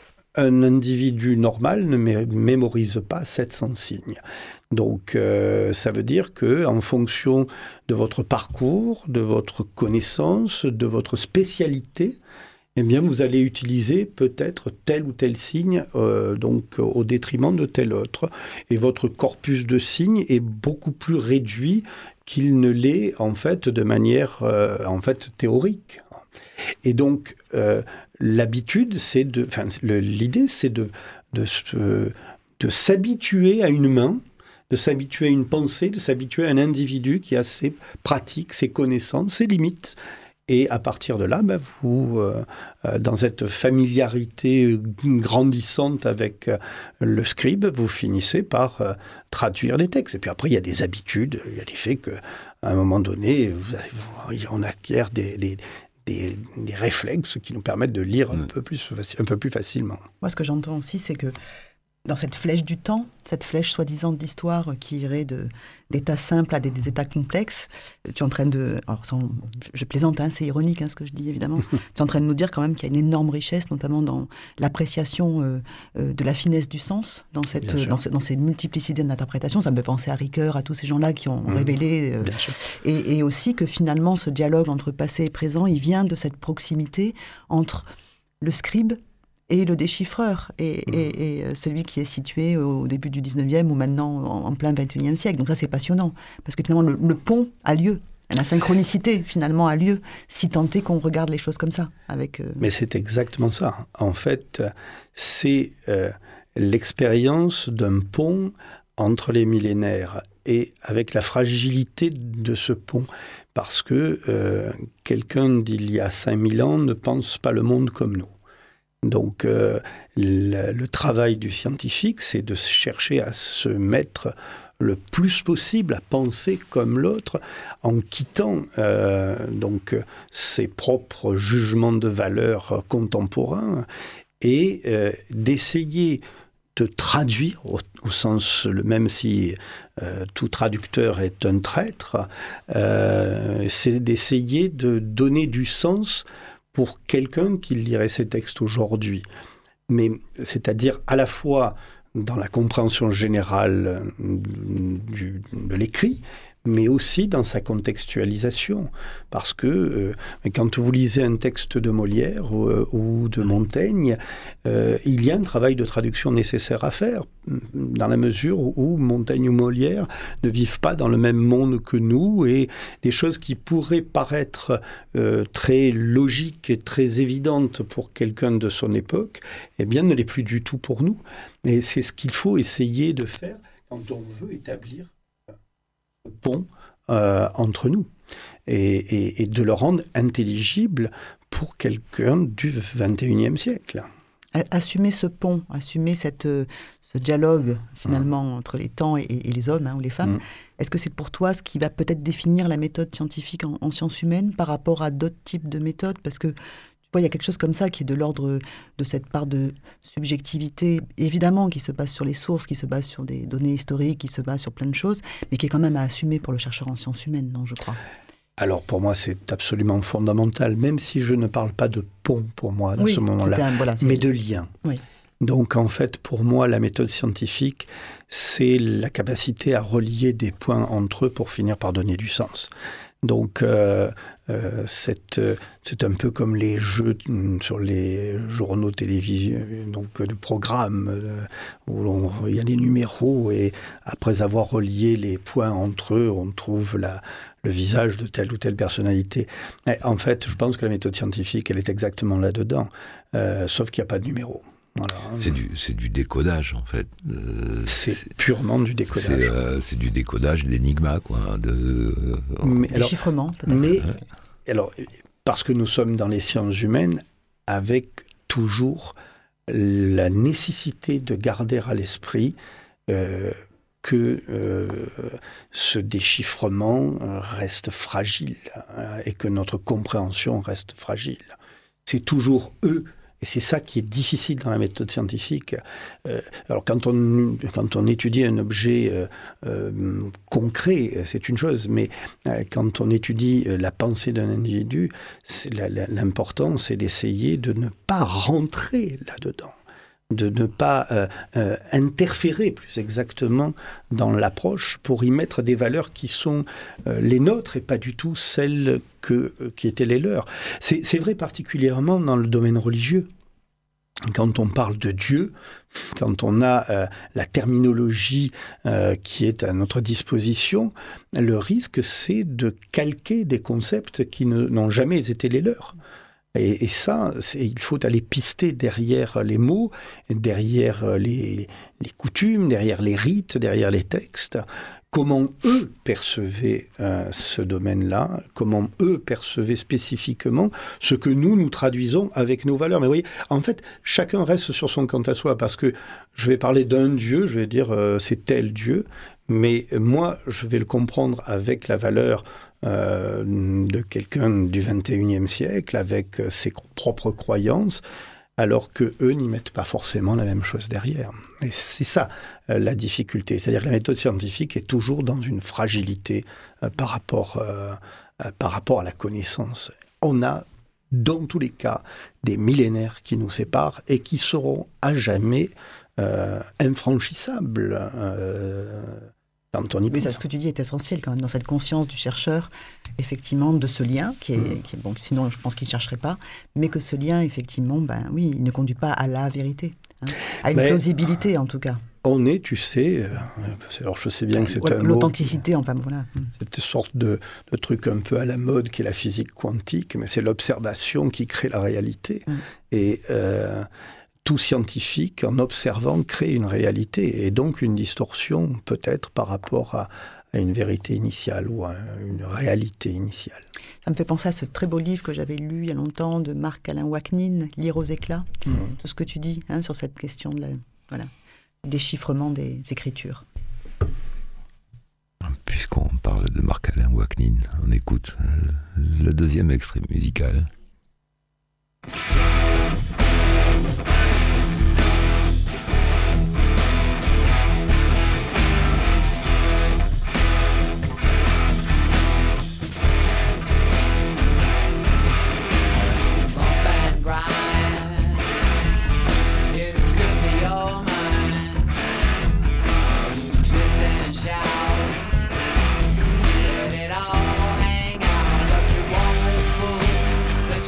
un individu normal ne mé- mémorise pas sept cents signes. Donc, euh, ça veut dire qu'en fonction de votre parcours, de votre connaissance, de votre spécialité, eh bien, vous allez utiliser peut-être tel ou tel signe euh, donc, au détriment de tel autre. Et votre corpus de signes est beaucoup plus réduit qu'il ne l'est en fait de manière euh, en fait, théorique. Et donc, euh, l'habitude, c'est de, enfin, le, l'idée, c'est de, de, de, de s'habituer à une main, de s'habituer à une pensée, de s'habituer à un individu qui a ses pratiques, ses connaissances, ses limites. Et à partir de là, ben, vous, euh, dans cette familiarité grandissante avec euh, le scribe, vous finissez par euh, traduire les textes. Et puis après, il y a des habitudes, il y a des faits qu'à un moment donné, vous avez, on acquiert des, des, des, des réflexes qui nous permettent de lire un, mmh. peu plus, un peu plus facilement. Moi, ce que j'entends aussi, c'est que dans cette flèche du temps, cette flèche soi-disant de l'histoire qui irait de, d'états simples à des, des états complexes, tu es en train de... Alors, sans, je plaisante, hein, c'est ironique hein, ce que je dis, évidemment. Tu es en train de nous dire quand même qu'il y a une énorme richesse, notamment dans l'appréciation euh, euh, de la finesse du sens, dans, cette, euh, dans, ce, dans ces multiplicités d'interprétations. Ça me fait penser à Ricoeur, à tous ces gens-là qui ont mmh. révélé... Euh, et, et aussi que finalement, ce dialogue entre passé et présent, il vient de cette proximité entre le scribe et le déchiffreur, et, mmh. et, et celui qui est situé au début du dix-neuvième ou maintenant en, en plein vingt et unième siècle. Donc ça, c'est passionnant, parce que finalement, le, le pont a lieu, la synchronicité, finalement, a lieu, si tant est qu'on regarde les choses comme ça. Avec, euh... Mais c'est exactement ça. En fait, c'est euh, l'expérience d'un pont entre les millénaires, et avec la fragilité de ce pont, parce que euh, quelqu'un d'il y a cinq mille ans ne pense pas le monde comme nous. Donc, euh, le, le travail du scientifique, c'est de chercher à se mettre le plus possible, à penser comme l'autre, en quittant euh, donc, ses propres jugements de valeur contemporains, et euh, d'essayer de traduire, au, au sens, même si euh, tout traducteur est un traître, euh, c'est d'essayer de donner du sens pour quelqu'un qui lirait ces textes aujourd'hui. Mais c'est-à-dire à la fois dans la compréhension générale du, de l'écrit, mais aussi dans sa contextualisation. Parce que euh, quand vous lisez un texte de Molière ou, ou de Montaigne, euh, il y a un travail de traduction nécessaire à faire, dans la mesure où Montaigne ou Molière ne vivent pas dans le même monde que nous, et des choses qui pourraient paraître euh, très logiques et très évidentes pour quelqu'un de son époque, eh bien, ne l'est plus du tout pour nous. Et c'est ce qu'il faut essayer de faire quand on veut établir pont euh, entre nous et, et, et de le rendre intelligible pour quelqu'un du vingt et unième siècle. Assumer ce pont, assumer cette, ce dialogue finalement mmh. entre les temps et, et les hommes hein, ou les femmes, mmh. est-ce que c'est pour toi ce qui va peut-être définir la méthode scientifique en, en sciences humaines par rapport à d'autres types de méthodes? Parce que tu vois, il y a quelque chose comme ça qui est de l'ordre de cette part de subjectivité, évidemment, qui se base sur les sources, qui se base sur des données historiques, qui se base sur plein de choses, mais qui est quand même à assumer pour le chercheur en sciences humaines, non, je crois. Alors pour moi, c'est absolument fondamental, même si je ne parle pas de pont pour moi, dans oui, ce moment-là, un, voilà, mais de lien. Oui. Donc en fait, pour moi, la méthode scientifique, c'est la capacité à relier des points entre eux pour finir par donner du sens. Donc euh, euh, c'est, c'est un peu comme les jeux sur les journaux télévisés, donc de programmes euh, où l'on, il y a des numéros et après avoir relié les points entre eux, on trouve la, le visage de telle ou telle personnalité. Et en fait, je pense que la méthode scientifique, elle est exactement là-dedans, euh, sauf qu'il n'y a pas de numéro. Voilà. C'est du, c'est du décodage, en fait. Euh, c'est, c'est purement du décodage. C'est, euh, c'est du décodage, l'énigma, quoi. De, euh, mais, alors, chiffrement, peut-être. Mais, alors, parce que nous sommes dans les sciences humaines, avec toujours la nécessité de garder à l'esprit euh, que euh, ce déchiffrement reste fragile hein, et que notre compréhension reste fragile. C'est toujours eux. Et c'est ça qui est difficile dans la méthode scientifique. Euh, alors quand on, quand on étudie un objet euh, euh, concret, c'est une chose, mais euh, quand on étudie la pensée d'un individu, c'est la, la, l'important, c'est d'essayer de ne pas rentrer là-dedans, de ne pas euh, euh, interférer plus exactement dans l'approche pour y mettre des valeurs qui sont euh, les nôtres et pas du tout celles que, euh, qui étaient les leurs. C'est, c'est vrai particulièrement dans le domaine religieux. Quand on parle de Dieu, quand on a euh, la terminologie euh, qui est à notre disposition, le risque c'est de calquer des concepts qui ne, n'ont jamais été les leurs. Et, et ça, c'est, il faut aller pister derrière les mots, derrière les, les coutumes, derrière les rites, derrière les textes. Comment eux percevaient euh, ce domaine-là, comment eux percevaient spécifiquement ce que nous, nous traduisons avec nos valeurs. Mais vous voyez, en fait, chacun reste sur son quant à soi, parce que je vais parler d'un Dieu, je vais dire euh, c'est tel Dieu, mais moi, je vais le comprendre avec la valeur Euh, de quelqu'un du vingt et unième siècle avec ses propres croyances, alors qu'eux n'y mettent pas forcément la même chose derrière. Et c'est ça euh, la difficulté. C'est-à-dire que la méthode scientifique est toujours dans une fragilité euh, par rapport, euh, euh, par rapport à la connaissance. On a, dans tous les cas, des millénaires qui nous séparent et qui seront à jamais euh, infranchissables. Euh, Mais ça, ce que tu dis est essentiel quand même dans cette conscience du chercheur, effectivement, de ce lien qui est, mmh. qui est bon. Sinon, je pense qu'il ne chercherait pas, mais que ce lien, effectivement, ben oui, il ne conduit pas à la vérité, hein, à une mais, plausibilité en tout cas. On est, tu sais, euh, alors je sais bien que c'est ouais, un l'authenticité, mot, enfin voilà. Cette sorte de, de truc un peu à la mode qui est la physique quantique, mais c'est l'observation qui crée la réalité. Mmh. Et euh, tout scientifique, en observant, crée une réalité et donc une distorsion peut-être par rapport à, à une vérité initiale ou à une réalité initiale. Ça me fait penser à ce très beau livre que j'avais lu il y a longtemps de Marc-Alain Ouaknine, « Lire aux éclats mmh. », tout ce que tu dis hein, sur cette question de la, voilà, du déchiffrement des écritures. Puisqu'on parle de Marc-Alain Ouaknine, on écoute euh, le deuxième extrait musical. Let it all hang out, but you won't fool the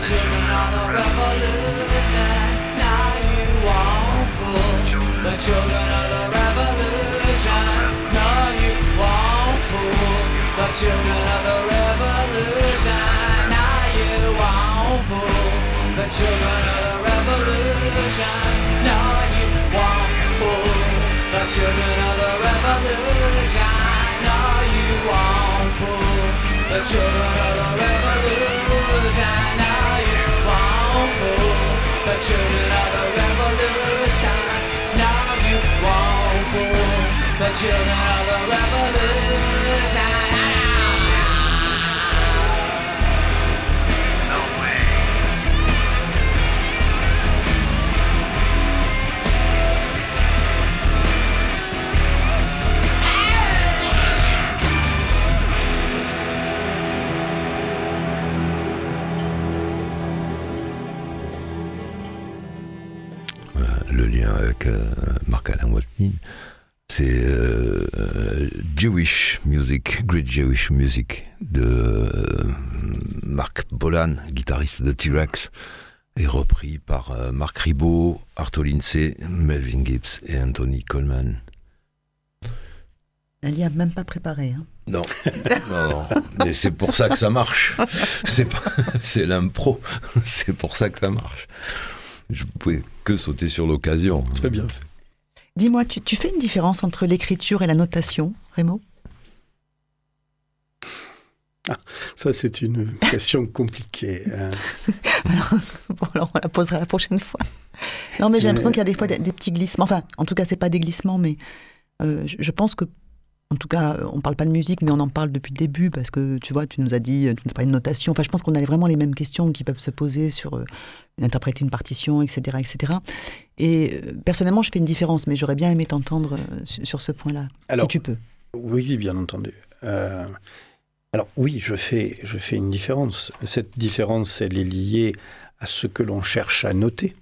children of the revolution. Now you won't fool the children of the revolution. No, you won't fool the children of the revolution. Now you won't fool the children of the revolution. No, you won't fool the children of the revolution. No, you won't fool the children of the revolution. Now you won't fool the children of the revolution. Now you won't fool the children of the revolution. No way. Le lien avec euh, Marc-Alain Watney, c'est euh, Jewish Music, Great Jewish Music de euh, Marc Bolan, guitariste de T-Rex, et repris par euh, Marc Ribot, Arto Lindsay, Melvin Gibbs et Anthony Coleman. Elle n'y a même pas préparé. Hein. Non, non, non, mais c'est pour ça que ça marche. C'est, pas, c'est l'impro, c'est pour ça que ça marche. Je ne pouvais que sauter sur l'occasion. Très bien fait. Dis-moi, tu, tu fais une différence entre l'écriture et la notation, Rémo ? Ah, ça, c'est une question compliquée. Hein. alors, bon, alors, on la posera la prochaine fois. Non, mais j'ai l'impression qu'il y a des fois des, des petits glissements. Enfin, en tout cas, ce n'est pas des glissements, mais euh, je, je pense que, en tout cas, on ne parle pas de musique, mais on en parle depuis le début, parce que, tu vois, tu nous as dit, tu nous as parlé de notation. Enfin, je pense qu'on a vraiment les mêmes questions qui peuvent se poser sur euh, interpréter une partition, et cetera, et cetera. Et euh, personnellement, je fais une différence, mais j'aurais bien aimé t'entendre euh, sur, sur ce point-là, alors, si tu peux. Oui, bien entendu. Euh, alors, oui, je fais, je fais une différence. Cette différence, elle est liée à ce que l'on cherche à noter.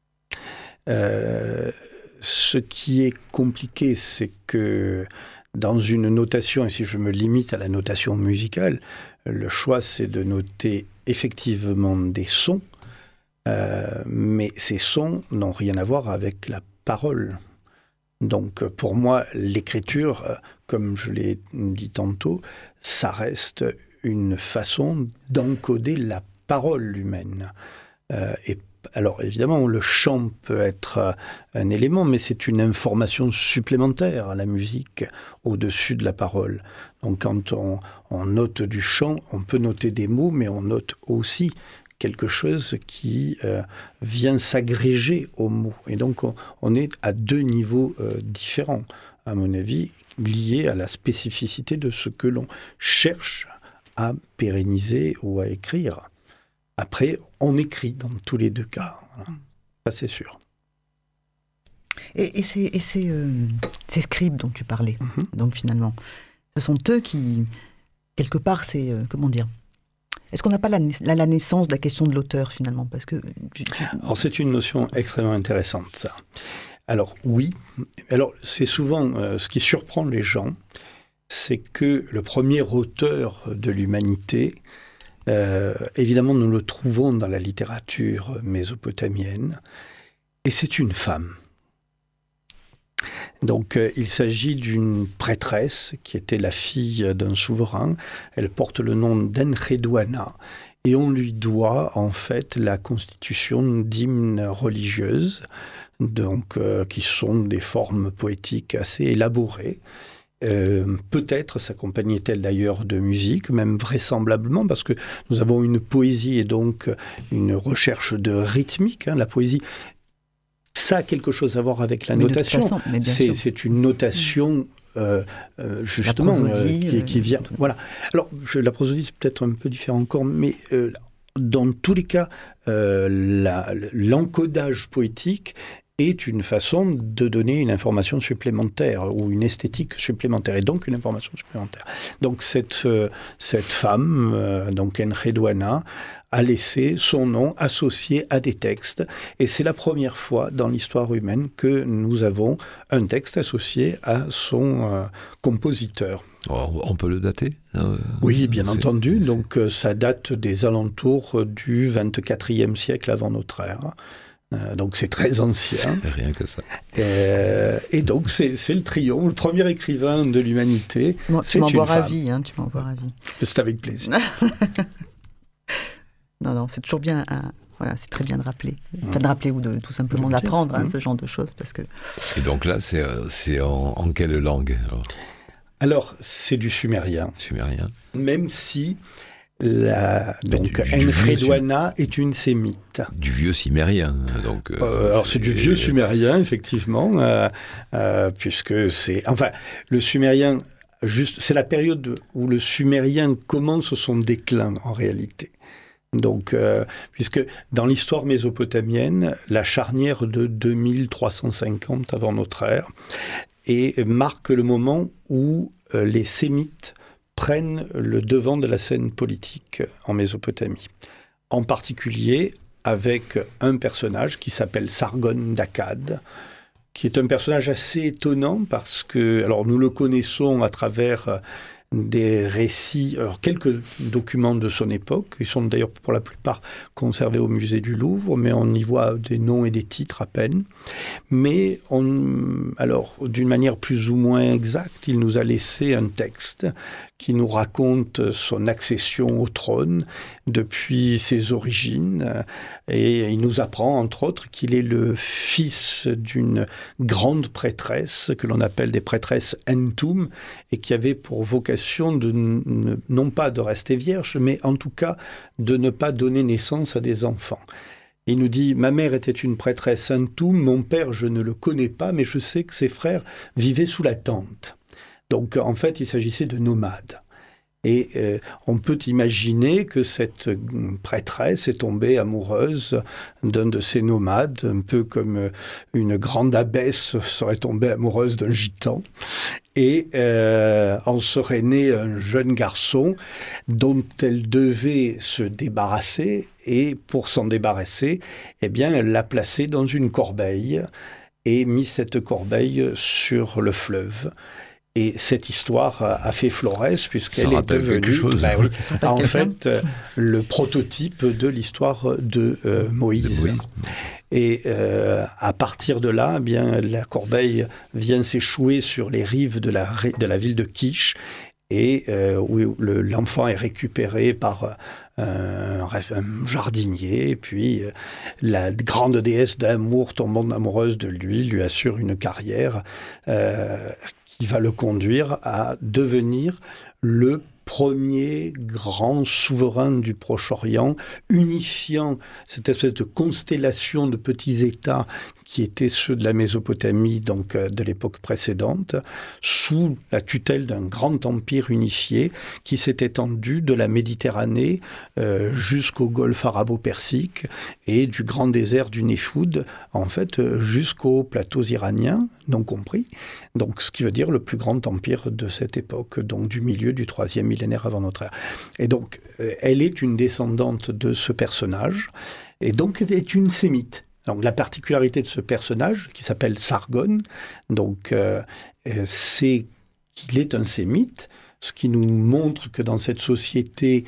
Euh, ce qui est compliqué, c'est que dans une notation, et si je me limite à la notation musicale, le choix, c'est de noter effectivement des sons, euh, mais ces sons n'ont rien à voir avec la parole. Donc, pour moi, l'écriture, comme je l'ai dit tantôt, ça reste une façon d'encoder la parole humaine. Euh, et alors, évidemment, le chant peut être un élément, mais c'est une information supplémentaire à la musique, au-dessus de la parole. Donc, quand on, on note du chant, on peut noter des mots, mais on note aussi quelque chose qui euh, vient s'agréger aux mots. Et donc, on, on est à deux niveaux euh, différents, à mon avis, liés à la spécificité de ce que l'on cherche à pérenniser ou à écrire. Après, on écrit dans tous les deux cas. Ça, c'est sûr. Et, et, ces, et ces, euh, ces scribes dont tu parlais, Mm-hmm. donc finalement, ce sont eux qui, quelque part, c'est, euh, comment dire, est-ce qu'on n'a pas la, la, la naissance de la question de l'auteur, finalement, parce que tu, tu... Alors, c'est une notion extrêmement intéressante, ça. Alors, oui. Alors, c'est souvent euh, ce qui surprend les gens, c'est que le premier auteur de l'humanité, Euh, évidemment, nous le trouvons dans la littérature mésopotamienne, et c'est une femme. Donc, euh, il s'agit d'une prêtresse qui était la fille d'un souverain. Elle porte le nom d'Enchedouana, et on lui doit en fait la constitution d'hymnes religieuses, donc euh, qui sont des formes poétiques assez élaborées. Euh, peut-être s'accompagnait-elle d'ailleurs de musique, même vraisemblablement, parce que nous avons une poésie et donc une recherche de rythmique. Hein. La poésie, ça a quelque chose à voir avec la mais notation. De toute façon, mais bien c'est, sûr. c'est une notation euh, euh, justement la prosodie, euh, qui, qui vient. Euh, voilà. Alors je, la prosodie c'est peut-être un peu différent encore, mais euh, dans tous les cas, euh, la, l'encodage poétique est une façon de donner une information supplémentaire ou une esthétique supplémentaire, et donc une information supplémentaire. Donc cette, euh, cette femme, euh, donc Enchedouana, a laissé son nom associé à des textes, et c'est la première fois dans l'histoire humaine que nous avons un texte associé à son euh, compositeur. Oh, on peut le dater euh, Oui, bien c'est, entendu. c'est... Donc euh, ça date des alentours du vingt-quatrième siècle avant notre ère. Euh, donc c'est très ancien. C'est rien que ça. Euh, et donc c'est, c'est le triomphe, le premier écrivain de l'humanité. Moi, c'est tu m'en une vois femme. ravi, hein, tu m'en vois ravi. C'est avec plaisir. Non, non, c'est toujours bien... Un... Voilà, c'est très bien de rappeler. Enfin, de rappeler ou de, tout simplement d'apprendre hein, mmh. ce genre de choses. Parce que... Et donc là, c'est, c'est en, en quelle langue alors, alors, c'est du sumérien. Sumérien. Même si la, donc, du, du Enredwana est une sémite. Du vieux sumérien. Donc, euh, euh, alors, c'est, c'est du vieux sumérien, effectivement, euh, euh, puisque c'est... Enfin, le sumérien, juste, c'est la période où le sumérien commence son déclin, en réalité. Donc, euh, puisque dans l'histoire mésopotamienne, la charnière de deux mille trois cent cinquante avant notre ère et marque le moment où euh, les Sémites prennent le devant de la scène politique en Mésopotamie. En particulier avec un personnage qui s'appelle Sargon d'Akkad, qui est un personnage assez étonnant parce que, alors nous le connaissons à travers... Euh, des récits, alors quelques documents de son époque, ils sont d'ailleurs pour la plupart conservés au musée du Louvre, mais on y voit des noms et des titres à peine. Mais on, alors, d'une manière plus ou moins exacte, il nous a laissé un texte qui nous raconte son accession au trône depuis ses origines. Et il nous apprend, entre autres, qu'il est le fils d'une grande prêtresse, que l'on appelle des prêtresses Entum, et qui avait pour vocation de, non pas de rester vierge, mais en tout cas de ne pas donner naissance à des enfants. Il nous dit « Ma mère était une prêtresse Entum, mon père, je ne le connais pas, mais je sais que ses frères vivaient sous la tente. » Donc, en fait, il s'agissait de nomades. Et euh, on peut imaginer que cette prêtresse est tombée amoureuse d'un de ces nomades, un peu comme une grande abbesse serait tombée amoureuse d'un gitan. Et euh, en serait né un jeune garçon dont elle devait se débarrasser. Et pour s'en débarrasser, eh bien, elle l'a placé dans une corbeille et mis cette corbeille sur le fleuve. Et cette histoire a fait florès puisqu'elle est devenue chose, bah oui, en quelqu'un. fait euh, le prototype de l'histoire de euh, Moïse. De Moïse. Et euh, à partir de là, eh bien, la corbeille vient s'échouer sur les rives de la, de la ville de Kish et euh, où le, l'enfant est récupéré par euh, un jardinier. Et puis euh, la grande déesse de l'amour, tombant amoureuse de lui, lui assure une carrière euh, qui va le conduire à devenir le premier grand souverain du Proche-Orient, unifiant cette espèce de constellation de petits États qui étaient ceux de la Mésopotamie, donc de l'époque précédente, sous la tutelle d'un grand empire unifié qui s'est étendu de la Méditerranée euh, jusqu'au golfe arabo-persique et du grand désert du Néfoud, en fait, jusqu'aux plateaux iraniens, non compris. Donc, ce qui veut dire le plus grand empire de cette époque, donc du milieu du troisième millénaire avant notre ère. Et donc, euh, elle est une descendante de ce personnage, et donc elle est une sémite. Donc, la particularité de ce personnage, qui s'appelle Sargon, donc, euh, c'est qu'il est un sémite, ce qui nous montre que dans cette société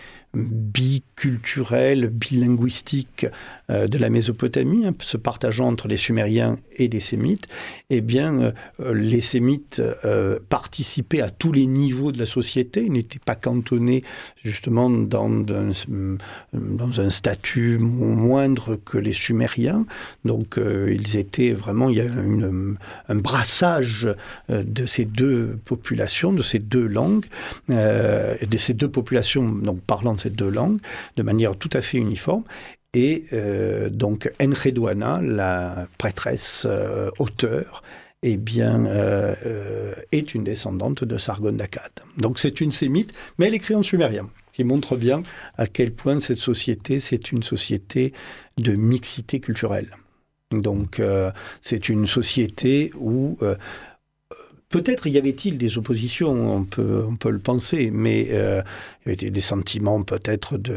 biculturelle, bilinguistique euh, de la Mésopotamie, hein, se partageant entre les Sumériens et les Sémites, eh bien, euh, les Sémites euh, participaient à tous les niveaux de la société, n'étaient pas cantonnés justement dans un, dans un statut moindre que les Sumériens. Donc, euh, ils étaient vraiment, il y a une, un brassage euh, de ces deux populations, de ces deux langues, euh, de ces deux populations, donc parlant de ces deux langues, de manière tout à fait uniforme. Et euh, donc, Enredwana, la prêtresse euh, auteur, eh bien, euh, euh, est une descendante de Sargon d'Akkad. Donc, c'est une sémite, mais elle écrit en sumérien, qui montre bien à quel point cette société, c'est une société de mixité culturelle. Donc, euh, c'est une société où... Euh, Peut-être y avait-il des oppositions, on peut, on peut le penser, mais euh, il y avait des sentiments peut-être de,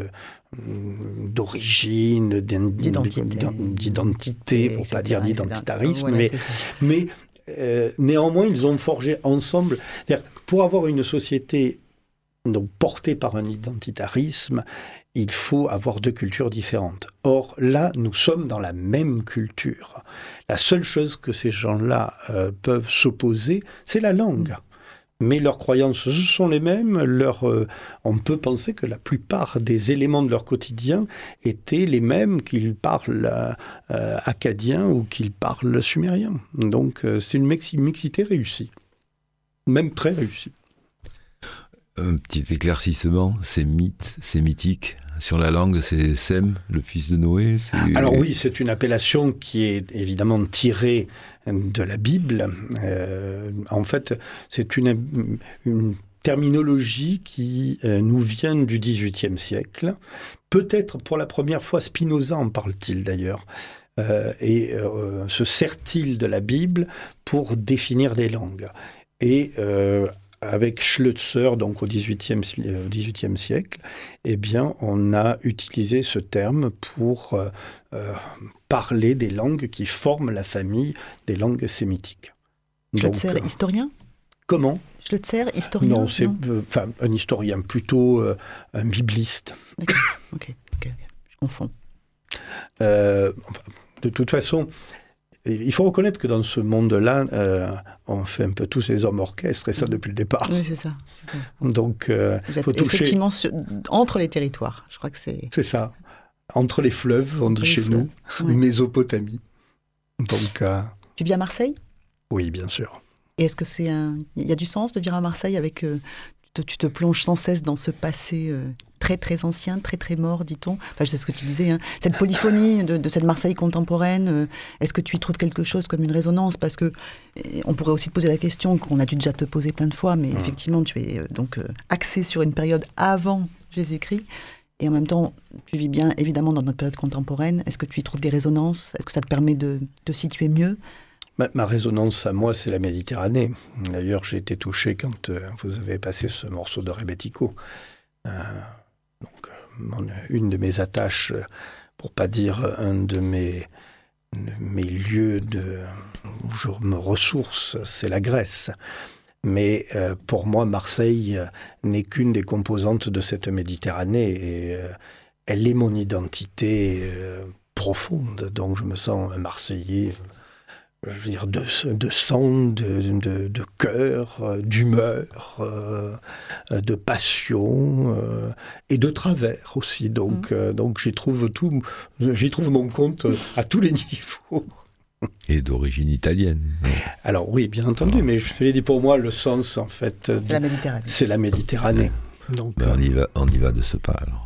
d'origine, d'identité, d'identité, d'identité pour ne pas dire d'identitarisme, voilà, mais, mais euh, néanmoins, ils ont forgé ensemble. C'est-à-dire, pour avoir une société donc, portée par un identitarisme, il faut avoir deux cultures différentes. Or, là, nous sommes dans la même culture. La seule chose que ces gens-là euh, peuvent s'opposer, c'est la langue. Mais leurs croyances sont les mêmes. Leur, euh, on peut penser que la plupart des éléments de leur quotidien étaient les mêmes qu'ils parlent euh, acadien ou qu'ils parlent sumérien. Donc, euh, c'est une mixi- mixité réussie. Même très réussie. Un petit éclaircissement, c'est mythe, c'est mythique. Sur la langue, c'est Sem, le fils de Noé. C'est... Alors oui, c'est une appellation qui est évidemment tirée de la Bible. Euh, en fait, c'est une, une terminologie qui euh, nous vient du dix-huitième siècle. Peut-être pour la première fois, Spinoza en parle-t-il d'ailleurs. Euh, et euh, se sert-il de la Bible pour définir les langues. Et euh, avec Schleutzer, donc au dix-huitième siècle, eh bien, on a utilisé ce terme pour euh, euh, parler des langues qui forment la famille des langues sémitiques. Schleutzer, donc, euh, historien ? Comment ? Schleutzer, historien ? Non, c'est euh, un historien, plutôt euh, un bibliste. D'accord, ok, ok, je confonds. Euh, de toute façon, il faut reconnaître que dans ce monde-là, euh, on fait un peu tous les hommes orchestres, et ça depuis le départ. Oui, c'est ça. C'est ça. Donc, euh, Vous êtes faut toucher... effectivement sur... entre les territoires, je crois que c'est... C'est ça. Entre les fleuves, on Entre dit les chez fleuves. nous, Ouais. Mésopotamie. Donc, euh, Tu vis à Marseille ? oui, bien sûr. Et est-ce que c'est un... Il y a du sens de vivre à Marseille avec... euh, tu, te, tu te plonges sans cesse dans ce passé euh, très très ancien, très très mort, dit-on. Enfin, je sais ce que tu disais, hein. Cette polyphonie de, de cette Marseille contemporaine, euh, est-ce que tu y trouves quelque chose comme une résonance ? Parce que eh, on pourrait aussi te poser la question qu'on a dû déjà te poser plein de fois, mais Mmh. effectivement, tu es euh, donc euh, axé sur une période avant Jésus-Christ. Et en même temps, tu vis bien évidemment dans notre période contemporaine. Est-ce que tu y trouves des résonances ? Est-ce que ça te permet de te situer mieux ? Ma, ma résonance à moi, c'est la Méditerranée. D'ailleurs, j'ai été touché quand euh, vous avez passé ce morceau de Rebetiko. Euh, donc, euh, mon- une de mes attaches, euh, pour pas dire un de mes, de mes lieux de, où je me ressource, c'est la Grèce. Mais euh, pour moi, Marseille euh, n'est qu'une des composantes de cette Méditerranée et euh, elle est mon identité euh, profonde. Donc, je me sens un Marseillais. Je veux dire, de, de sang, de, de, de cœur, euh, d'humeur, euh, euh, de passion euh, et de travers aussi. Donc, Mmh. euh, donc j'y trouve tout, j'y trouve mon compte à tous les niveaux. Et d'origine italienne. Alors oui, bien entendu, mais je te l'ai dit, pour moi, le sens, en fait, C'est la Méditerranée. c'est la Méditerranée. Donc, Ben, on, y va, on y va de ce pas alors.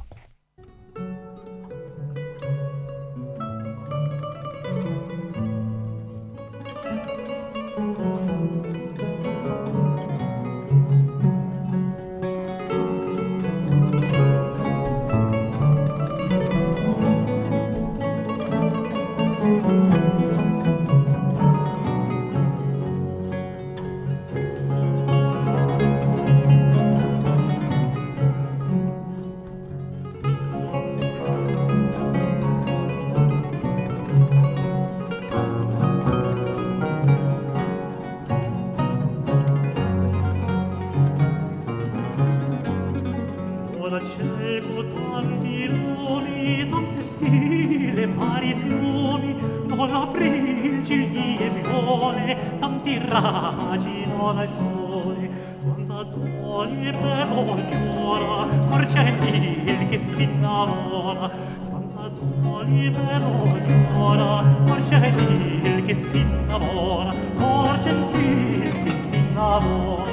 Ora cerco tanti nomi, tante stile, mari fiumi, non april gigli e viole, tanti raggi non al sole, quanta doli per ognora, cor gentil che si innamora, quanta doli per ognora, cor gentil che si innamora, cor gentil che si innamora.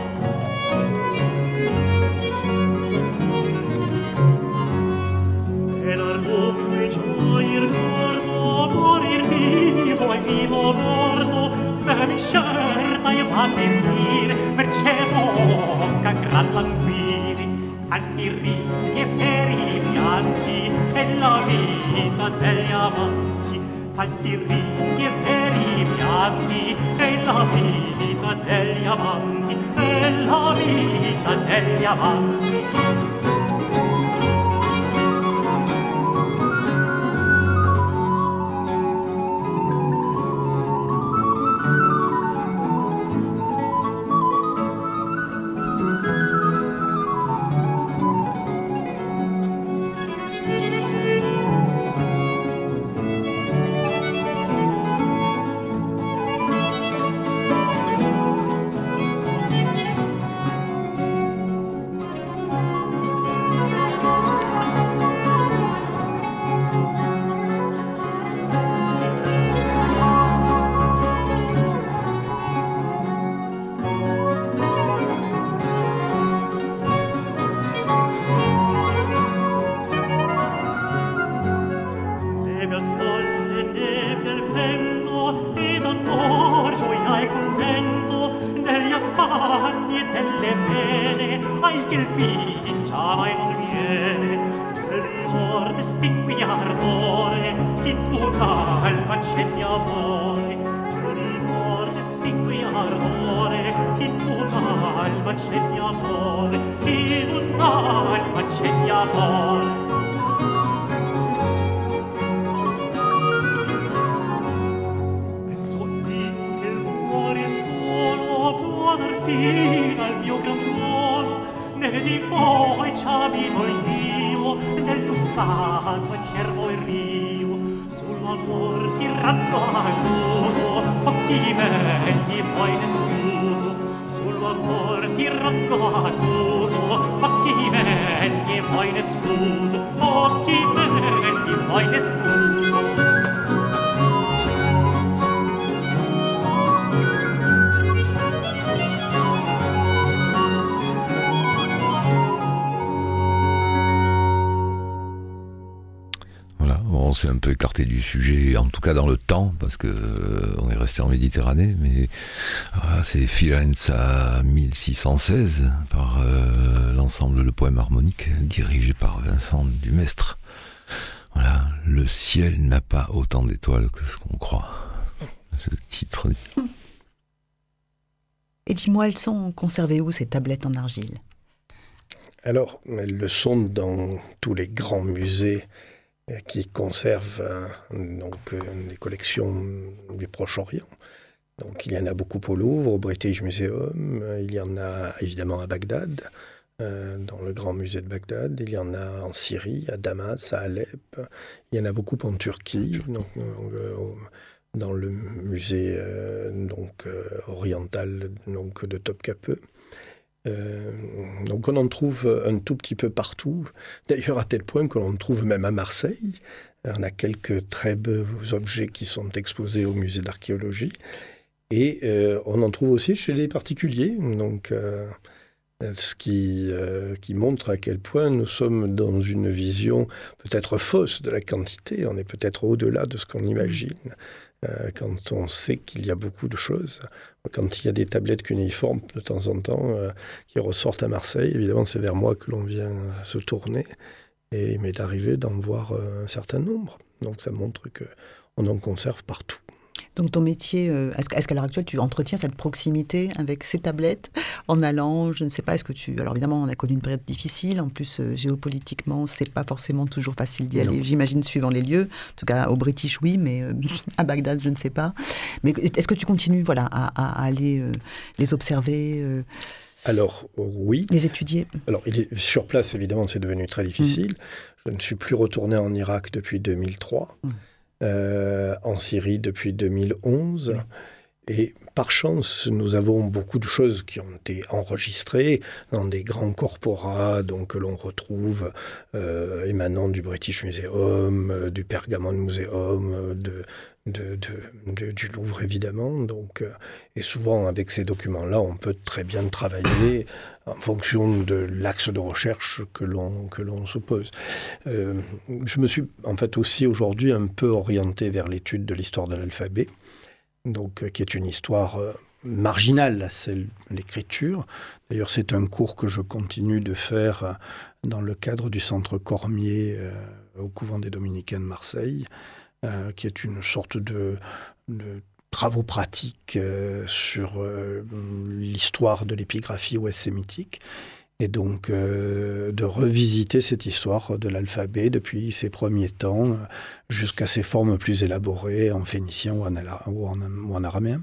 E l'argombre gioir gordo, morir vivo e vivo morto, spemi scerta e va desire, merce bocca gran languiri, falsi risi e feri pianti, e la vita degli amanti, falsi risi e feri pianti, e la vita degli amanti, e la vita degli amanti. neve al sole, neve al vento, ed amor, gioia e contento, degli affanni e delle pene, ai che il fin già mai non viene. L'imor distingui ardore, chi tu calma accegni amore. L'imor distingui ardore, chi tu calma accegni amore. Chi non calma accegni amore. Fino al mio gran trono, ne di voi ci abito io, dello stato acerbo il rio, sull'amor tiranno accuso, occhi megli poi ne scuso, sull'amor tiranno accuso, occhi megli poi ne scuso, occhi megli poi ne scuso. On s'est un peu écarté du sujet, en tout cas dans le temps, parce que euh, on est resté en Méditerranée, mais ah, c'est Firenza mille six cent seize par euh, l'ensemble de poèmes harmoniques dirigé par Vincent Dumestre. Voilà, le ciel n'a pas autant d'étoiles que ce qu'on croit. C'est le titre. Et dis-moi, elles sont conservées où ces tablettes en argile? Alors, elles le sont dans tous les grands musées qui conservent euh, donc, euh, les collections du Proche-Orient. Donc il y en a beaucoup au Louvre, au British Museum, il y en a évidemment à Bagdad, euh, dans le grand musée de Bagdad, il y en a en Syrie, à Damas, à Alep, il y en a beaucoup en Turquie, donc, euh, dans le musée euh, donc, euh, oriental donc, de Topkapı. Euh, donc on en trouve un tout petit peu partout, d'ailleurs à tel point que l'on en trouve même à Marseille. On a quelques très beaux objets qui sont exposés au musée d'archéologie et euh, on en trouve aussi chez les particuliers, donc, euh, ce qui, euh, qui montre à quel point nous sommes dans une vision peut-être fausse de la quantité, on est peut-être au-delà de ce qu'on imagine. Euh, quand on sait qu'il y a beaucoup de choses, quand il y a des tablettes cunéiformes de temps en temps euh, qui ressortent à Marseille, évidemment c'est vers moi que l'on vient se tourner et il m'est arrivé d'en voir euh, un certain nombre. Donc ça montre qu'on en conserve partout. Donc ton métier, euh, est-ce, est-ce qu'à l'heure actuelle tu entretiens cette proximité avec ces tablettes en allant, je ne sais pas, est-ce que tu... Alors évidemment on a connu une période difficile, en plus euh, géopolitiquement c'est pas forcément toujours facile d'y aller, non. J'imagine suivant les lieux, en tout cas au British oui, mais euh, à Bagdad je ne sais pas. Mais est-ce que tu continues voilà, à, à, à aller euh, les observer euh, Alors oui. Les étudier Alors il est, sur place évidemment c'est devenu très difficile. Mmh. Je ne suis plus retourné en Irak depuis deux mille trois. Mmh. Euh, en Syrie depuis deux mille onze. Oui. Et par chance, nous avons beaucoup de choses qui ont été enregistrées dans des grands corporats donc, que l'on retrouve euh, émanant du British Museum, euh, du Pergamon Museum, euh, de, de, de, de, du Louvre évidemment. Donc, euh, et souvent, avec ces documents-là, on peut très bien travailler en fonction de l'axe de recherche que l'on, que l'on s'oppose. Euh, je me suis en fait aussi aujourd'hui un peu orienté vers l'étude de l'histoire de l'alphabet, donc, euh, qui est une histoire euh, marginale à celle de l'écriture. D'ailleurs, c'est un cours que je continue de faire euh, dans le cadre du Centre Cormier euh, au couvent des Dominicains de Marseille, euh, qui est une sorte de... de travaux pratiques euh, sur euh, l'histoire de l'épigraphie ouest-sémitique et donc euh, de revisiter cette histoire de l'alphabet depuis ses premiers temps euh, jusqu'à ses formes plus élaborées en phénicien ou en, ou en, ou en araméen.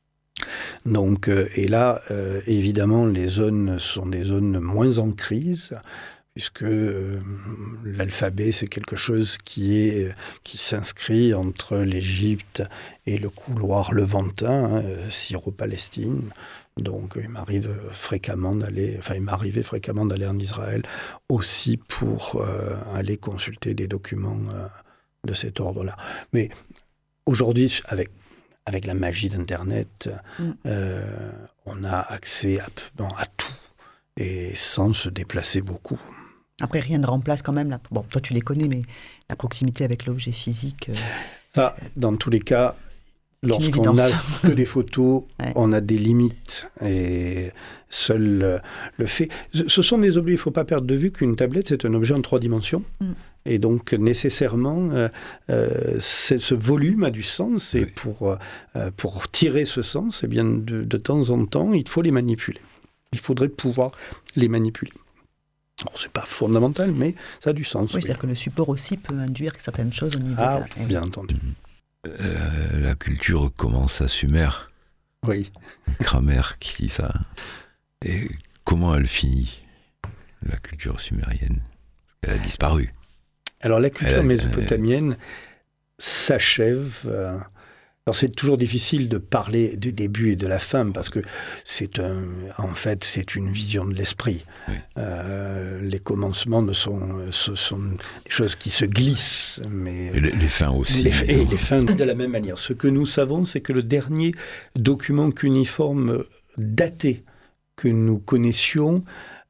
Donc, euh, et là, euh, évidemment, les zones sont des zones moins en crise, puisque euh, l'alphabet, c'est quelque chose qui, est, qui s'inscrit entre l'Égypte et le couloir levantin, hein, Syro-Palestine. Donc, il m'arrive fréquemment d'aller, enfin, il m'arrivait fréquemment d'aller en Israël aussi pour euh, aller consulter des documents euh, de cet ordre-là. Mais aujourd'hui, avec, avec la magie d'Internet, mm. euh, on a accès à, bon, à tout et sans se déplacer beaucoup. Après, rien ne remplace quand même, la... bon, toi tu les connais, mais la proximité avec l'objet physique. Euh... Ça, dans tous les cas, lorsqu'on n'a que des photos, ouais. on a des limites. Et seul euh, le fait... Ce sont des objets, il ne faut pas perdre de vue qu'une tablette, c'est un objet en trois dimensions. Mm. Et donc, nécessairement, euh, euh, ce volume a du sens. Et oui. pour, euh, pour tirer ce sens, eh bien, de, de temps en temps, il faut les manipuler. Il faudrait pouvoir les manipuler. Bon, c'est pas fondamental, mais ça a du sens. Oui, oui. C'est-à-dire que le support aussi peut induire certaines choses au niveau ah, de la... bien entendu. Euh, la culture commence à Sumer. Oui. Kramer qui dit ça. Et comment elle finit, la culture sumérienne? Elle a disparu. Alors, la culture a, mésopotamienne elle... s'achève... Euh... Alors, c'est toujours difficile de parler du début et de la fin, parce que c'est un, en fait, c'est une vision de l'esprit. Oui. Euh, les commencements ne sont, ce sont des choses qui se glissent. Mais et les, les fins aussi. Les, et les fins de la même manière. Ce que nous savons, c'est que le dernier document cuniforme daté que nous connaissions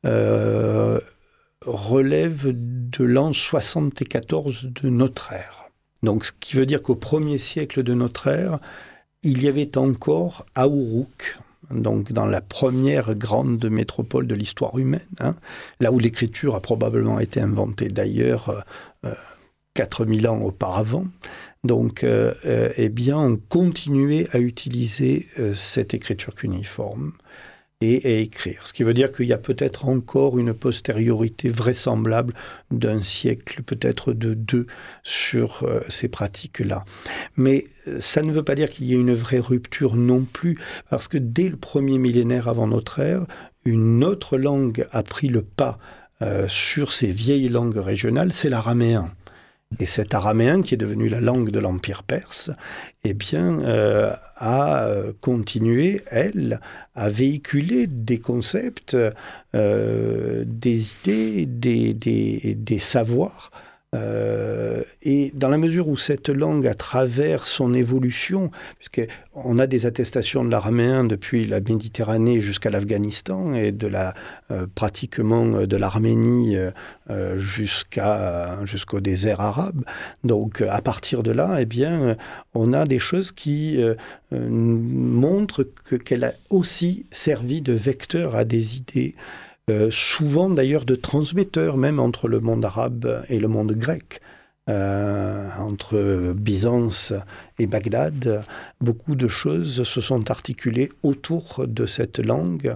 euh, relève de l'an soixante-quatorze de notre ère. Donc, ce qui veut dire qu'au premier siècle de notre ère, il y avait encore à Uruk, donc dans la première grande métropole de l'histoire humaine, hein, là où l'écriture a probablement été inventée d'ailleurs euh, quatre mille ans auparavant. Donc, euh, euh, eh bien, on continuait à utiliser euh, cette écriture cuniforme et à écrire. Ce qui veut dire qu'il y a peut-être encore une postériorité vraisemblable d'un siècle, peut-être de deux, sur euh, ces pratiques-là. Mais ça ne veut pas dire qu'il y ait une vraie rupture non plus, parce que dès le premier millénaire avant notre ère, une autre langue a pris le pas euh, sur ces vieilles langues régionales, c'est l'araméen. Et cet araméen, qui est devenu la langue de l'Empire perse, eh bien, euh, a continué, elle, à véhiculer des concepts, euh, des idées, des, des, des savoirs. Euh, et dans la mesure où cette langue, à travers son évolution, puisqu'on a des attestations de l'araméen depuis la Méditerranée jusqu'à l'Afghanistan et de la, euh, pratiquement de l'Arménie euh, jusqu'à, jusqu'au désert arabe. Donc à partir de là, eh bien, on a des choses qui euh, montrent que, qu'elle a aussi servi de vecteur à des idées. Euh, souvent d'ailleurs de transmetteurs, même entre le monde arabe et le monde grec. Euh, entre Byzance et Bagdad, beaucoup de choses se sont articulées autour de cette langue,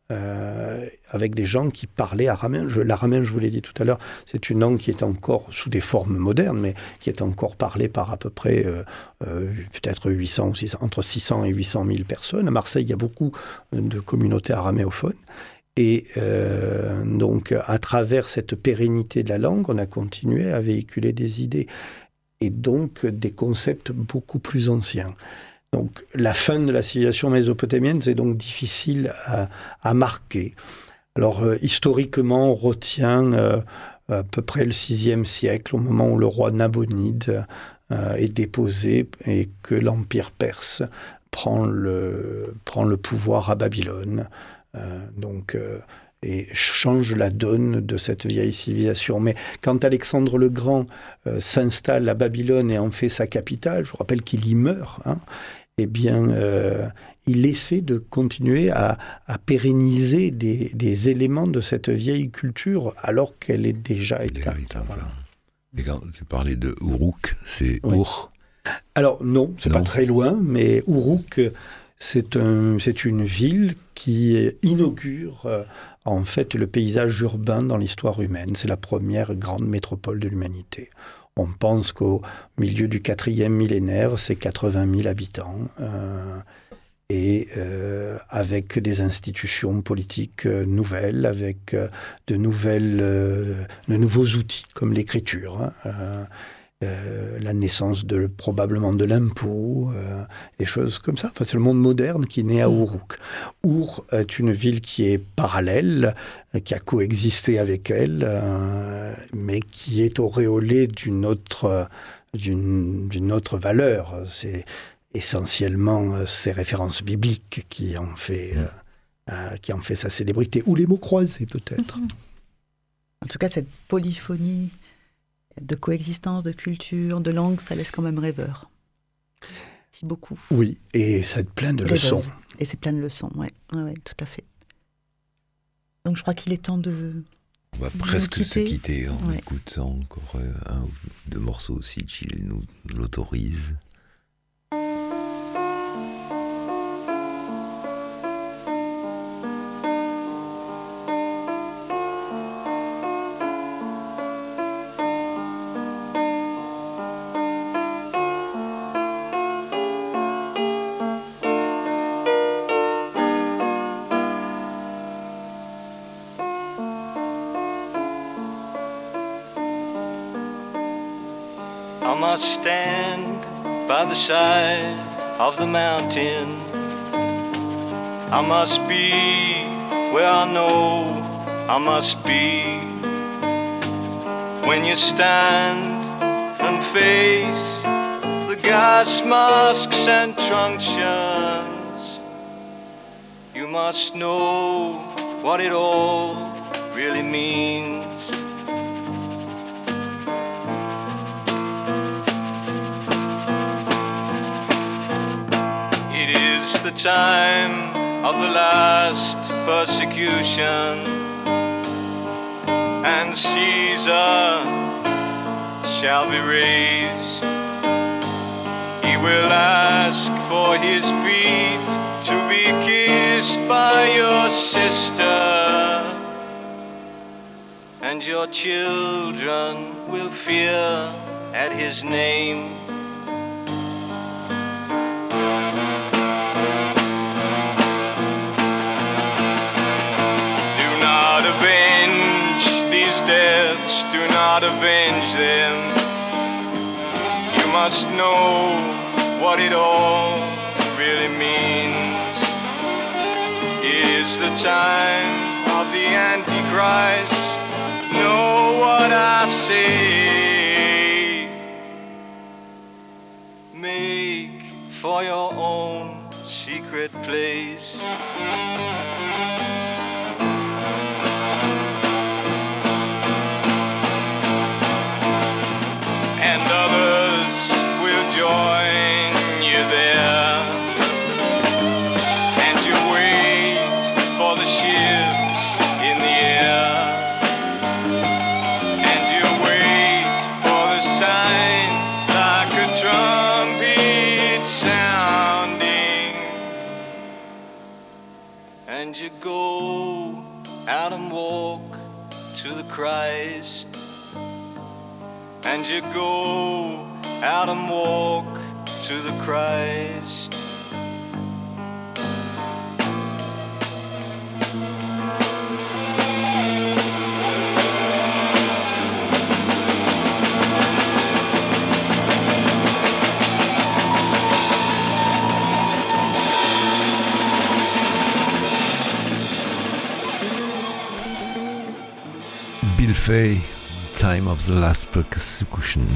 euh, avec des gens qui parlaient araméen. Je, l'araméen, je vous l'ai dit tout à l'heure, c'est une langue qui est encore sous des formes modernes, mais qui est encore parlée par à peu près euh, euh, peut-être huit cents ou six cents, entre six cents et huit cent mille personnes. À Marseille, il y a beaucoup de communautés araméophones. Et euh, donc, à travers cette pérennité de la langue, on a continué à véhiculer des idées et donc des concepts beaucoup plus anciens. Donc, la fin de la civilisation mésopotamienne, c'est donc difficile à, à marquer. Alors, euh, historiquement, on retient euh, à peu près le sixième siècle, au moment où le roi Nabonide euh, est déposé et que l'Empire perse prend le, prend le pouvoir à Babylone. Euh, donc, euh, et change la donne de cette vieille civilisation. Mais quand Alexandre le Grand euh, s'installe à Babylone et en fait sa capitale, je vous rappelle qu'il y meurt, hein, eh bien, euh, il essaie de continuer à, à pérenniser des, des éléments de cette vieille culture alors qu'elle est déjà éteinte. Voilà. Et quand tu parlais de Uruk, c'est oui. Ur Alors non, c'est non. pas très loin, mais Uruk... C'est, un, c'est une ville qui inaugure euh, en fait le paysage urbain dans l'histoire humaine. C'est la première grande métropole de l'humanité. On pense qu'au milieu du quatrième millénaire, c'est quatre-vingt mille habitants euh, et euh, avec des institutions politiques euh, nouvelles, avec euh, de, nouvelles, euh, de nouveaux outils comme l'écriture. Hein, euh, Euh, la naissance de, probablement de l'impôt, euh, des choses comme ça. Enfin, c'est le monde moderne qui naît à Uruk. Ur est une ville qui est parallèle, euh, qui a coexisté avec elle, euh, mais qui est auréolée d'une autre, euh, d'une, d'une autre valeur. C'est essentiellement euh, ces références bibliques qui en fait, euh, euh, qui en fait sa célébrité, ou les mots croisés peut-être. En tout cas, cette polyphonie de coexistence, de culture, de langue, ça laisse quand même rêveur. Merci beaucoup. Oui, et ça est plein de Rêveuse. leçons. Et c'est plein de leçons, oui, ouais, ouais, tout à fait. Donc je crois qu'il est temps de... On va Vous presque nous se quittez. quitter en Ouais. écoutant encore euh, un ou deux morceaux si Gilles nous l'autorise. I must stand by the side of the mountain. I must be where I know I must be. When you stand and face the gas masks and truncheons, you must know what it all really means. It is the time of the last persecution, and Caesar shall be raised. He will ask for his feet to be kissed by your sister, and your children will fear at his name. Do not avenge them. You must know what it all really means. It is the time of the Antichrist. Know what I say. Make for your own secret place. Join you there, and you wait for the ships in the air, and you wait for the sign like a trumpet sounding, and you go out and walk to the Christ, and you go out and walk to the Christ. Bill Fay, Time of the Last Persecution.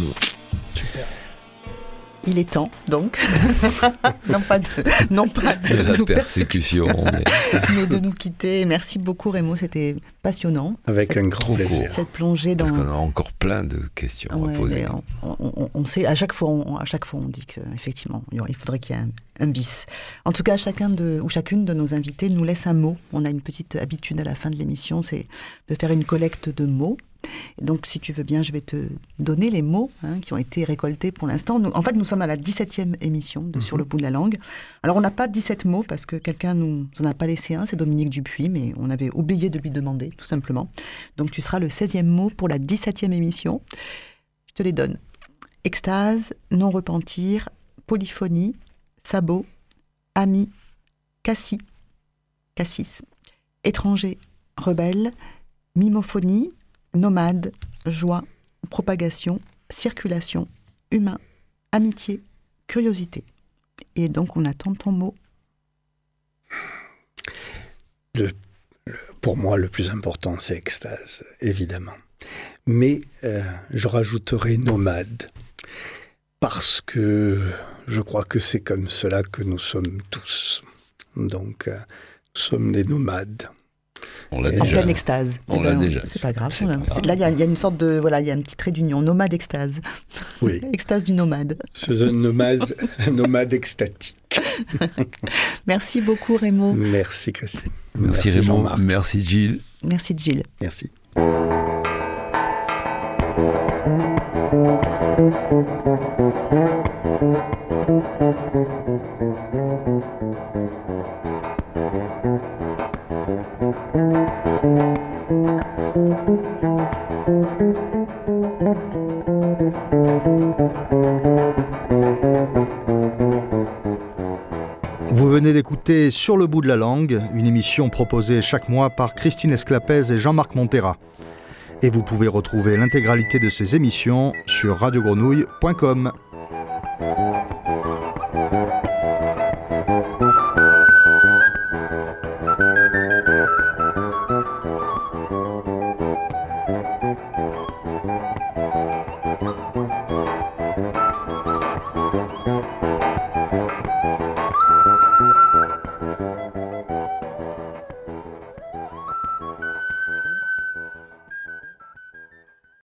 Il est temps, donc, non pas de, non pas de, de la nous persécution, mais... mais de nous quitter. Merci beaucoup, Rémo, c'était passionnant. Avec cette, un grand plaisir. Cette plongée dans... Parce qu'on a encore plein de questions ouais, à poser. On, on, on sait, à chaque fois, on, à chaque fois, on dit qu'effectivement, il faudrait qu'il y ait un, un bis. En tout cas, chacun de, ou chacune de nos invités nous laisse un mot. On a une petite habitude à la fin de l'émission, c'est de faire une collecte de mots. Donc, si tu veux bien, je vais te donner les mots hein, qui ont été récoltés pour l'instant. Nous, en fait, nous sommes à la dix-septième émission de mmh. Sur le bout de la langue. Alors, on n'a pas dix-sept mots parce que quelqu'un nous en a pas laissé un, c'est Dominique Dupuis, mais on avait oublié de lui demander, tout simplement. Donc, tu seras le seizième mot pour la dix-septième émission. Je te les donne. Extase, non-repentir, polyphonie, sabot, ami, cassis, cassis, étranger, rebelle, mimophonie, nomade, joie, propagation, circulation, humain, amitié, curiosité. Et donc, on attend ton mot. Le, le, pour moi, le plus important, c'est extase, évidemment. Mais euh, je rajouterai nomade, parce que je crois que c'est comme cela que nous sommes tous. Donc, euh, nous sommes des nomades. On l'a en déjà. pleine extase. On Eh l'a ben, déjà. C'est pas grave. C'est on a- pas grave. c'est- Là, il y, a- il y a une sorte de, voilà, il y a un petit trait d'union, nomade extase. Oui. Extase du nomade. C'est un nomade, un nomade extatique. Merci beaucoup Rémo. Merci Christine. Merci, Raymond, Jean-Marc. merci Gilles. Merci Gilles. Merci. Vous venez d'écouter Sur le bout de la langue, une émission proposée chaque mois par Christine Esclapez et Jean-Marc Montera. Et vous pouvez retrouver l'intégralité de ces émissions sur radio grenouille point com.